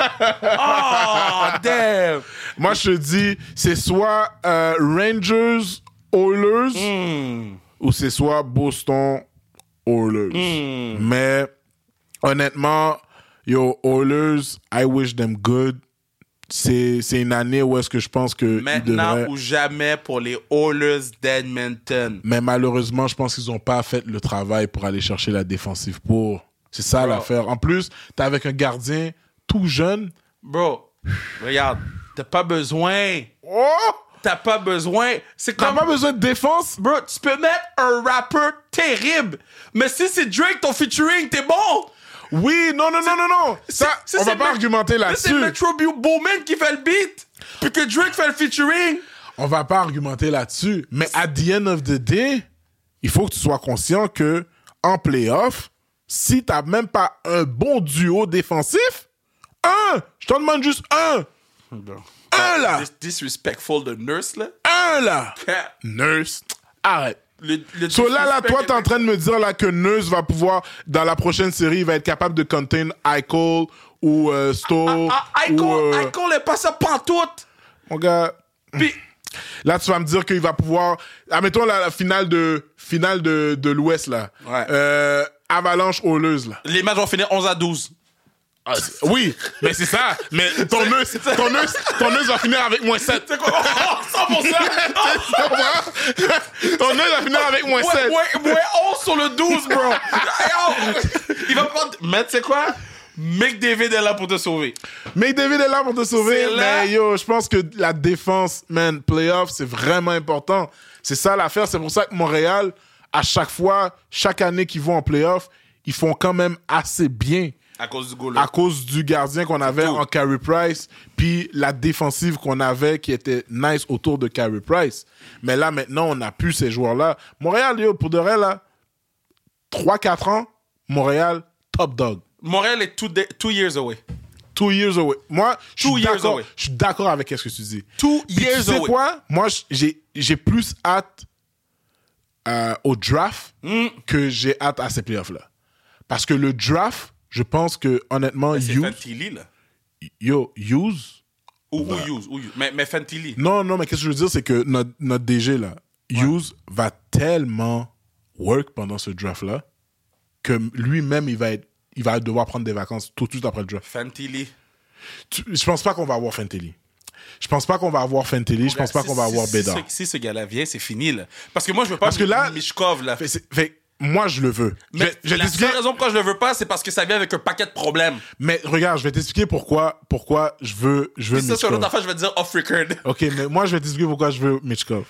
B: Oh, damn!
A: Moi, je te dis, c'est soit euh, Rangers, Oilers,
B: Hmm.
A: ou c'est soit Boston, Oilers. Mais honnêtement, Yo, Oilers, I wish them good. C'est, c'est une année où est-ce que je pense que
B: Maintenant
A: devraient...
B: ou jamais pour les Oilers d'Edmonton.
A: Mais malheureusement, je pense qu'ils n'ont pas fait le travail pour aller chercher la défensive pour. C'est ça
B: Bro.
A: l'affaire. En plus, t'es avec un gardien tout jeune.
B: Bro, regarde, t'as pas besoin.
A: Oh!
B: T'as pas besoin. C'est
A: T'as
B: comme...
A: pas besoin de défense?
B: Bro, tu peux mettre un rappeur terrible, mais si c'est Drake ton featuring, t'es bon.
A: Oui, non, non, non, non, non. Ça,
B: Si
A: on va
B: c'est
A: pas
B: Me-
A: argumenter
B: si
A: là-dessus.
B: c'est Metro Boomin qui fait le beat, puis que Drake fait le featuring.
A: On va pas argumenter là-dessus. Mais at the end of the day, il faut que tu sois conscient que en playoff, si t'as même pas un bon duo défensif, un, je t'en demande juste un, un là,
B: Dis- disrespectful de Nurse, là.
A: un là.
B: Cat.
A: Nurse, arrête.
B: Le, le
A: So là, là,
B: disrespect
A: toi,
B: est-
A: t'es en train de me dire là que Nurse va pouvoir, dans la prochaine série, il va être capable de contain Eichel ou euh, Stowe.
B: Ah, Eichel,
A: ou, euh,
B: Eichel est pas ça pantoute.
A: Mon gars,
B: Puis,
A: là, tu vas me dire qu'il va pouvoir... Admettons la, la finale de finale de, de l'Ouest, là.
B: Ouais.
A: Euh, Avalanche Oilers, là.
B: les matchs vont finir onze à douze.
A: Ah, c'est- oui, mais c'est ça. Mais ton nœud, ton nœud, ton nœud va finir avec moins sept.
B: C'est quoi? Oh, cent pour cent!
A: Ton nœud va finir avec moins sept.
B: Ouais, ouais, ouais, onze sur le douze, bro! Yo! Il va prendre... Mais tu sais quoi? McDavid est là pour te sauver.
A: Mais David est là pour te sauver.
B: C'est là.
A: Mais yo, je pense que la défense, man, playoff, c'est vraiment important. C'est ça l'affaire. C'est pour ça que Montréal, à chaque fois, chaque année qu'ils vont en playoff, ils font quand même assez bien.
B: À cause du goal.
A: À cause du gardien qu'on avait
B: tout.
A: en Carey Price, puis la défensive qu'on avait qui était nice autour de Carey Price. Mais là, maintenant, on n'a plus ces joueurs-là. Montréal, yo, pour de vrai, là, trois quatre ans, Montréal, top dog.
B: Montréal est two, day- two years away.
A: Two years away. Moi, je
B: Two
A: suis
B: years
A: d'accord,
B: away.
A: je suis d'accord avec ce que tu dis.
B: Two
A: Puis
B: years
A: tu sais
B: away.
A: quoi? Moi, j- j'ai, j'ai plus hâte euh, au draft
B: Mm.
A: que j'ai hâte à ces playoffs-là. Parce que le draft, je pense que, honnêtement,
B: C'est
A: Hughes,
B: Fantilli, là.
A: yo, Hughes,
B: Ou, ou Hughes, ou Hughes. Mais, mais Fantilli.
A: non, non, mais qu'est-ce que je veux dire, c'est que notre, notre D G, là, Hughes, va tellement work pendant ce draft-là que lui-même, il va être, il va devoir prendre des vacances tout de suite après le draft.
B: Fantilli.
A: Tu- Je pense pas qu'on va avoir Fantilli. Je pense pas qu'on va avoir Fantilli. Je pense pas
B: Si-
A: qu'on va
B: si-
A: avoir
B: si-
A: Bédard.
B: Si, si ce gars-là vient, c'est fini, là. Parce que moi, je veux pas
A: Parce que là-
B: Mishkov, là.
A: Fait, c'est- fait, moi, je le veux.
B: Mais
A: je, je vais
B: la
A: t'expliquer.
B: seule raison pourquoi je le veux pas, c'est parce que ça vient avec un paquet de problèmes.
A: Mais regarde, je vais t'expliquer pourquoi, pourquoi je veux, je veux
B: Puis ça, sur
A: Michkov.
B: l'autre affaire, je vais te dire off record.
A: Ok, mais moi, je vais t'expliquer pourquoi je veux Michkov.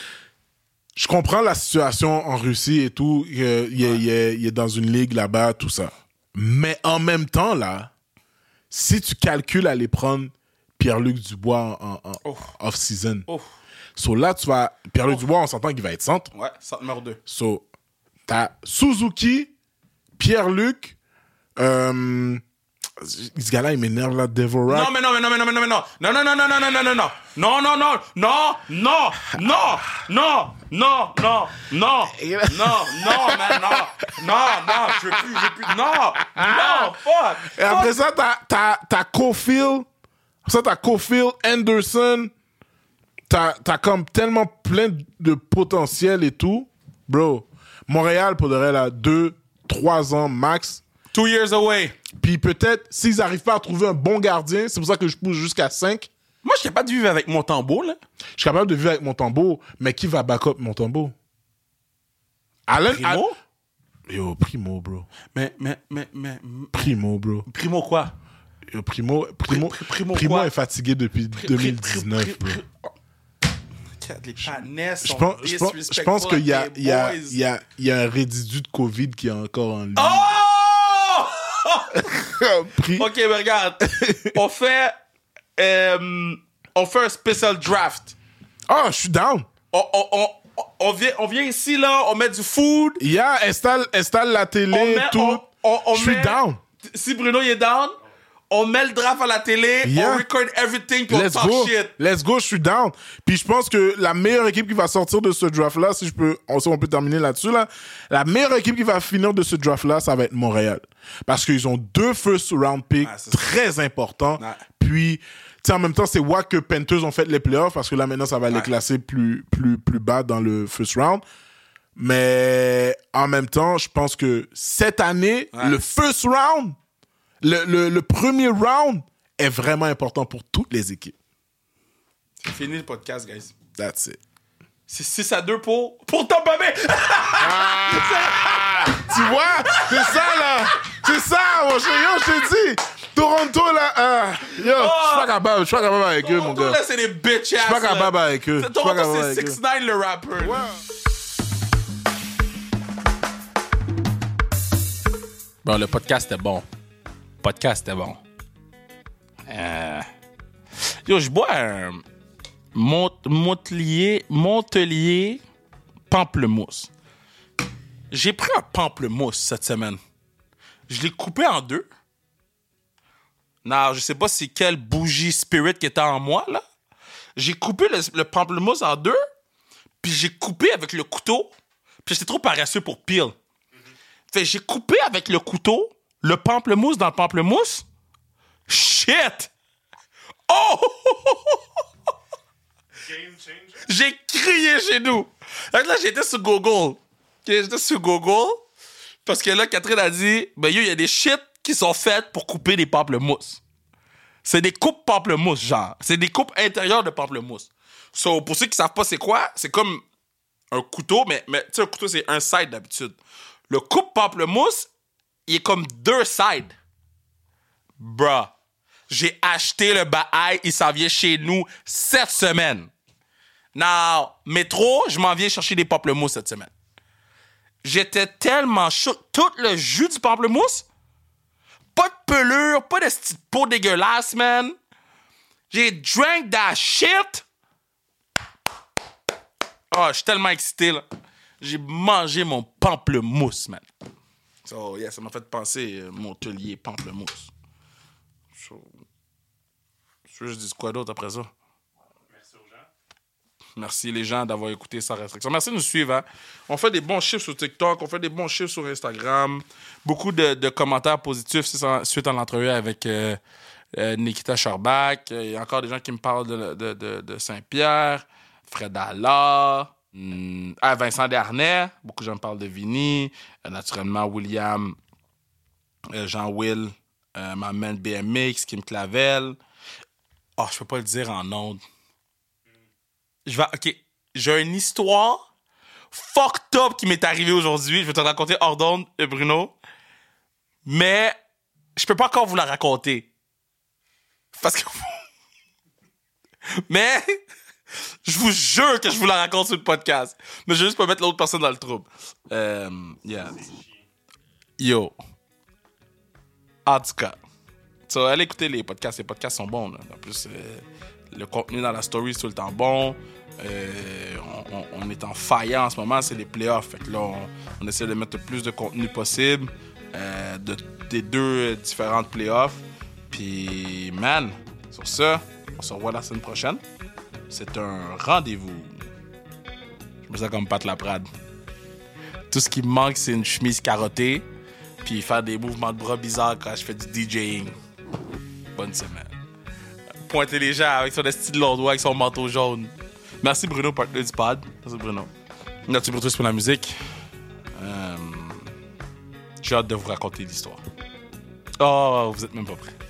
A: Je comprends la situation en Russie et tout. Il est, il est- il est- il est dans une ligue là-bas, tout ça. Mais en même temps, là, si tu calcules aller prendre Pierre-Luc Dubois en, en- en
B: Oh.
A: off-season,
B: Oh,
A: so là, tu vas. Pierre-Luc Dubois, on s'entend qu'il va être centre.
B: ouais, centre numéro deux.
A: So, t'as Suzuki, Pierre-Luc, euh, ce gars-là, il m'énerve là, Devorak.
B: Non, mais non, mais non, mais non, mais non, mais non. Non, non, non, non, non, non, non, non, non. Non, non, non, non, non, non, non, non, non, non, non, non, man, non, non, non, je veux plus, je veux plus, non, non, fuck.
A: Et après ça, t'as, t'as, t'as Caulfield. Après ça, t'as Caulfield, Anderson. T'as, t'as comme tellement plein de potentiel et tout. Bro, Montréal, pour de vrai, là, deux, trois ans max.
B: Two years away.
A: Puis peut-être, s'ils n'arrivent pas à trouver un bon gardien, c'est pour ça que je pousse jusqu'à cinq.
B: Moi, je suis capable de vivre avec mon tambour, là.
A: Je suis capable de vivre avec mon tambour, mais qui va back up mon tambour? Allen,
B: Primo?
A: Al- Yo, Primo, bro.
B: Mais, mais, mais, mais,
A: Primo, bro.
B: Primo quoi?
A: Yo, Primo, Primo,
B: Pri- Primo
A: Primo
B: quoi?
A: est fatigué depuis deux mille dix-neuf, bro.
B: Les panais
A: Je
B: sont
A: pense, je pense, je pense qu'il y a, il y, a, il y, a, il y a un résidu de COVID qui est encore en lui.
B: Oh!
A: Pri-
B: Ok, mais regarde. on fait... euh, on fait un special draft.
A: Oh, je suis down.
B: On, on, on, on, vient, on vient ici, là, on met du food.
A: Il y a, installe, installe la télé,
B: On met,
A: tout.
B: on, on, on
A: Je suis
B: met-
A: down.
B: Si Bruno il est down, on met le draft à la télé,
A: Yeah.
B: on record everything, puis on
A: Let's
B: talk
A: go.
B: shit.
A: Let's go, je suis down. Puis je pense que la meilleure équipe qui va sortir de ce draft-là, si je peux, on, si on peut terminer là-dessus, là, la meilleure équipe qui va finir de ce draft-là, ça va être Montréal. Parce qu'ils ont deux first round picks
B: Ah, c'est ça.
A: très importants.
B: Ouais.
A: Puis, tu sais, en même temps, c'est wack que Panthers ont fait les playoffs parce que là, maintenant, ça va les
B: Ouais.
A: classer plus, plus, plus bas dans le first round. Mais en même temps, je pense que cette année,
B: Ouais.
A: le first round Le, le, le premier round est vraiment important pour toutes les équipes.
B: C'est fini le podcast, guys.
A: That's it.
B: C'est six à deux pour, pour Tampa Bay.
A: Ah! Tu vois? C'est ça, là! C'est ça, mon cher. Yo, je t'ai dit! Toronto, là... euh, yo, je suis pas capable. Je suis pas capable avec eux, mon
B: Toronto,
A: gars.
B: là, c'est des bitch
A: Je
B: ass.
A: suis pas capable avec eux. Je suis pas
B: Toronto,
A: capable
B: c'est
A: avec eux.
B: six nine le rapper. Bon, le podcast était bon. Le podcast était bon. Euh... Yo, je bois un Mont- Montelier, Montelier pamplemousse. J'ai pris un pamplemousse cette semaine. Je l'ai coupé en deux. Non, je sais pas c'est quelle bougie spirit qui était en moi, là. J'ai coupé le, le pamplemousse en deux, puis j'ai coupé avec le couteau, puis j'étais trop paresseux pour peel. Fait que j'ai coupé avec le couteau le pamplemousse dans le pamplemousse. Shit! Oh!
C: Game changer.
B: J'ai crié chez nous. Fait que là, j'étais sur Google. Ok, J'étais sur Google. Parce que là, Catherine a dit, ben yo, il y a des shit qui sont faites pour couper des pamplemousses. C'est des coupes pamplemousse, genre. C'est des coupes intérieures de pamplemousse. So, pour ceux qui savent pas c'est quoi, c'est comme un couteau, mais, mais tu sais, un couteau, c'est un side d'habitude. Le coupe pamplemousse, il est comme deux sides. Bruh. J'ai acheté le bail, il s'en vient chez nous cette semaine. Now, métro, je m'en viens chercher des pamplemousses cette semaine. J'étais tellement chaud. Tout le jus du pamplemousse, pas de pelure, pas de petite peau dégueulasse, man. J'ai drank that shit. Oh, je suis tellement excité, là. J'ai mangé mon pamplemousse, man. So, yeah, ça m'a fait penser euh, Montelier pamplemousse. So, je veux que je dise quoi d'autre après ça?
C: Merci aux gens.
B: Merci les gens d'avoir écouté sans restriction. Merci de nous suivre. Hein. On fait des bons chiffres sur TikTok, on fait des bons chiffres sur Instagram. Beaucoup de, de commentaires positifs suite à l'entrevue avec euh, euh, Nikita Sherbach. Il y a encore des gens qui me parlent de, de, de, de Saint-Pierre, Fred Allard, hum, ah, Vincent Darnay. Beaucoup de gens me parlent de Vinny. Euh, naturellement, William, euh, Jean-Will, euh, ma man B M X, Kim Clavel. Oh, je peux pas le dire en ondes. Je vais... OK. J'ai une histoire fucked up qui m'est arrivée aujourd'hui. Je vais te la raconter hors d'onde, Bruno. Mais je peux pas encore vous la raconter. Parce que... Mais je vous jure que je vous la raconte sur le podcast. Mais je vais juste pas mettre l'autre personne dans le trouble. Euh, yeah. Yo. En tout cas. So, allez écouter les podcasts. Les podcasts sont bons. Là. En plus, euh, le contenu dans la story est tout le temps bon. Euh, on, on, on est en fire en ce moment. C'est les playoffs. Fait que là, on, on essaie de mettre le plus de contenu possible euh, de, des deux différentes playoffs. Puis, man, sur ça, on se revoit la semaine prochaine. C'est un rendez-vous. Je me sens comme Pat Laprade. Tout ce qui me manque, c'est une chemise carottée. Puis faire des mouvements de bras bizarres quand je fais du DJing. Bonne semaine. Pointer les gens avec son esti de lourdois, avec son manteau jaune. Merci Bruno, partenaire du pod. Merci Bruno. Merci pour tous pour la musique. Euh... J'ai hâte de vous raconter l'histoire. Oh, vous êtes même pas prêts.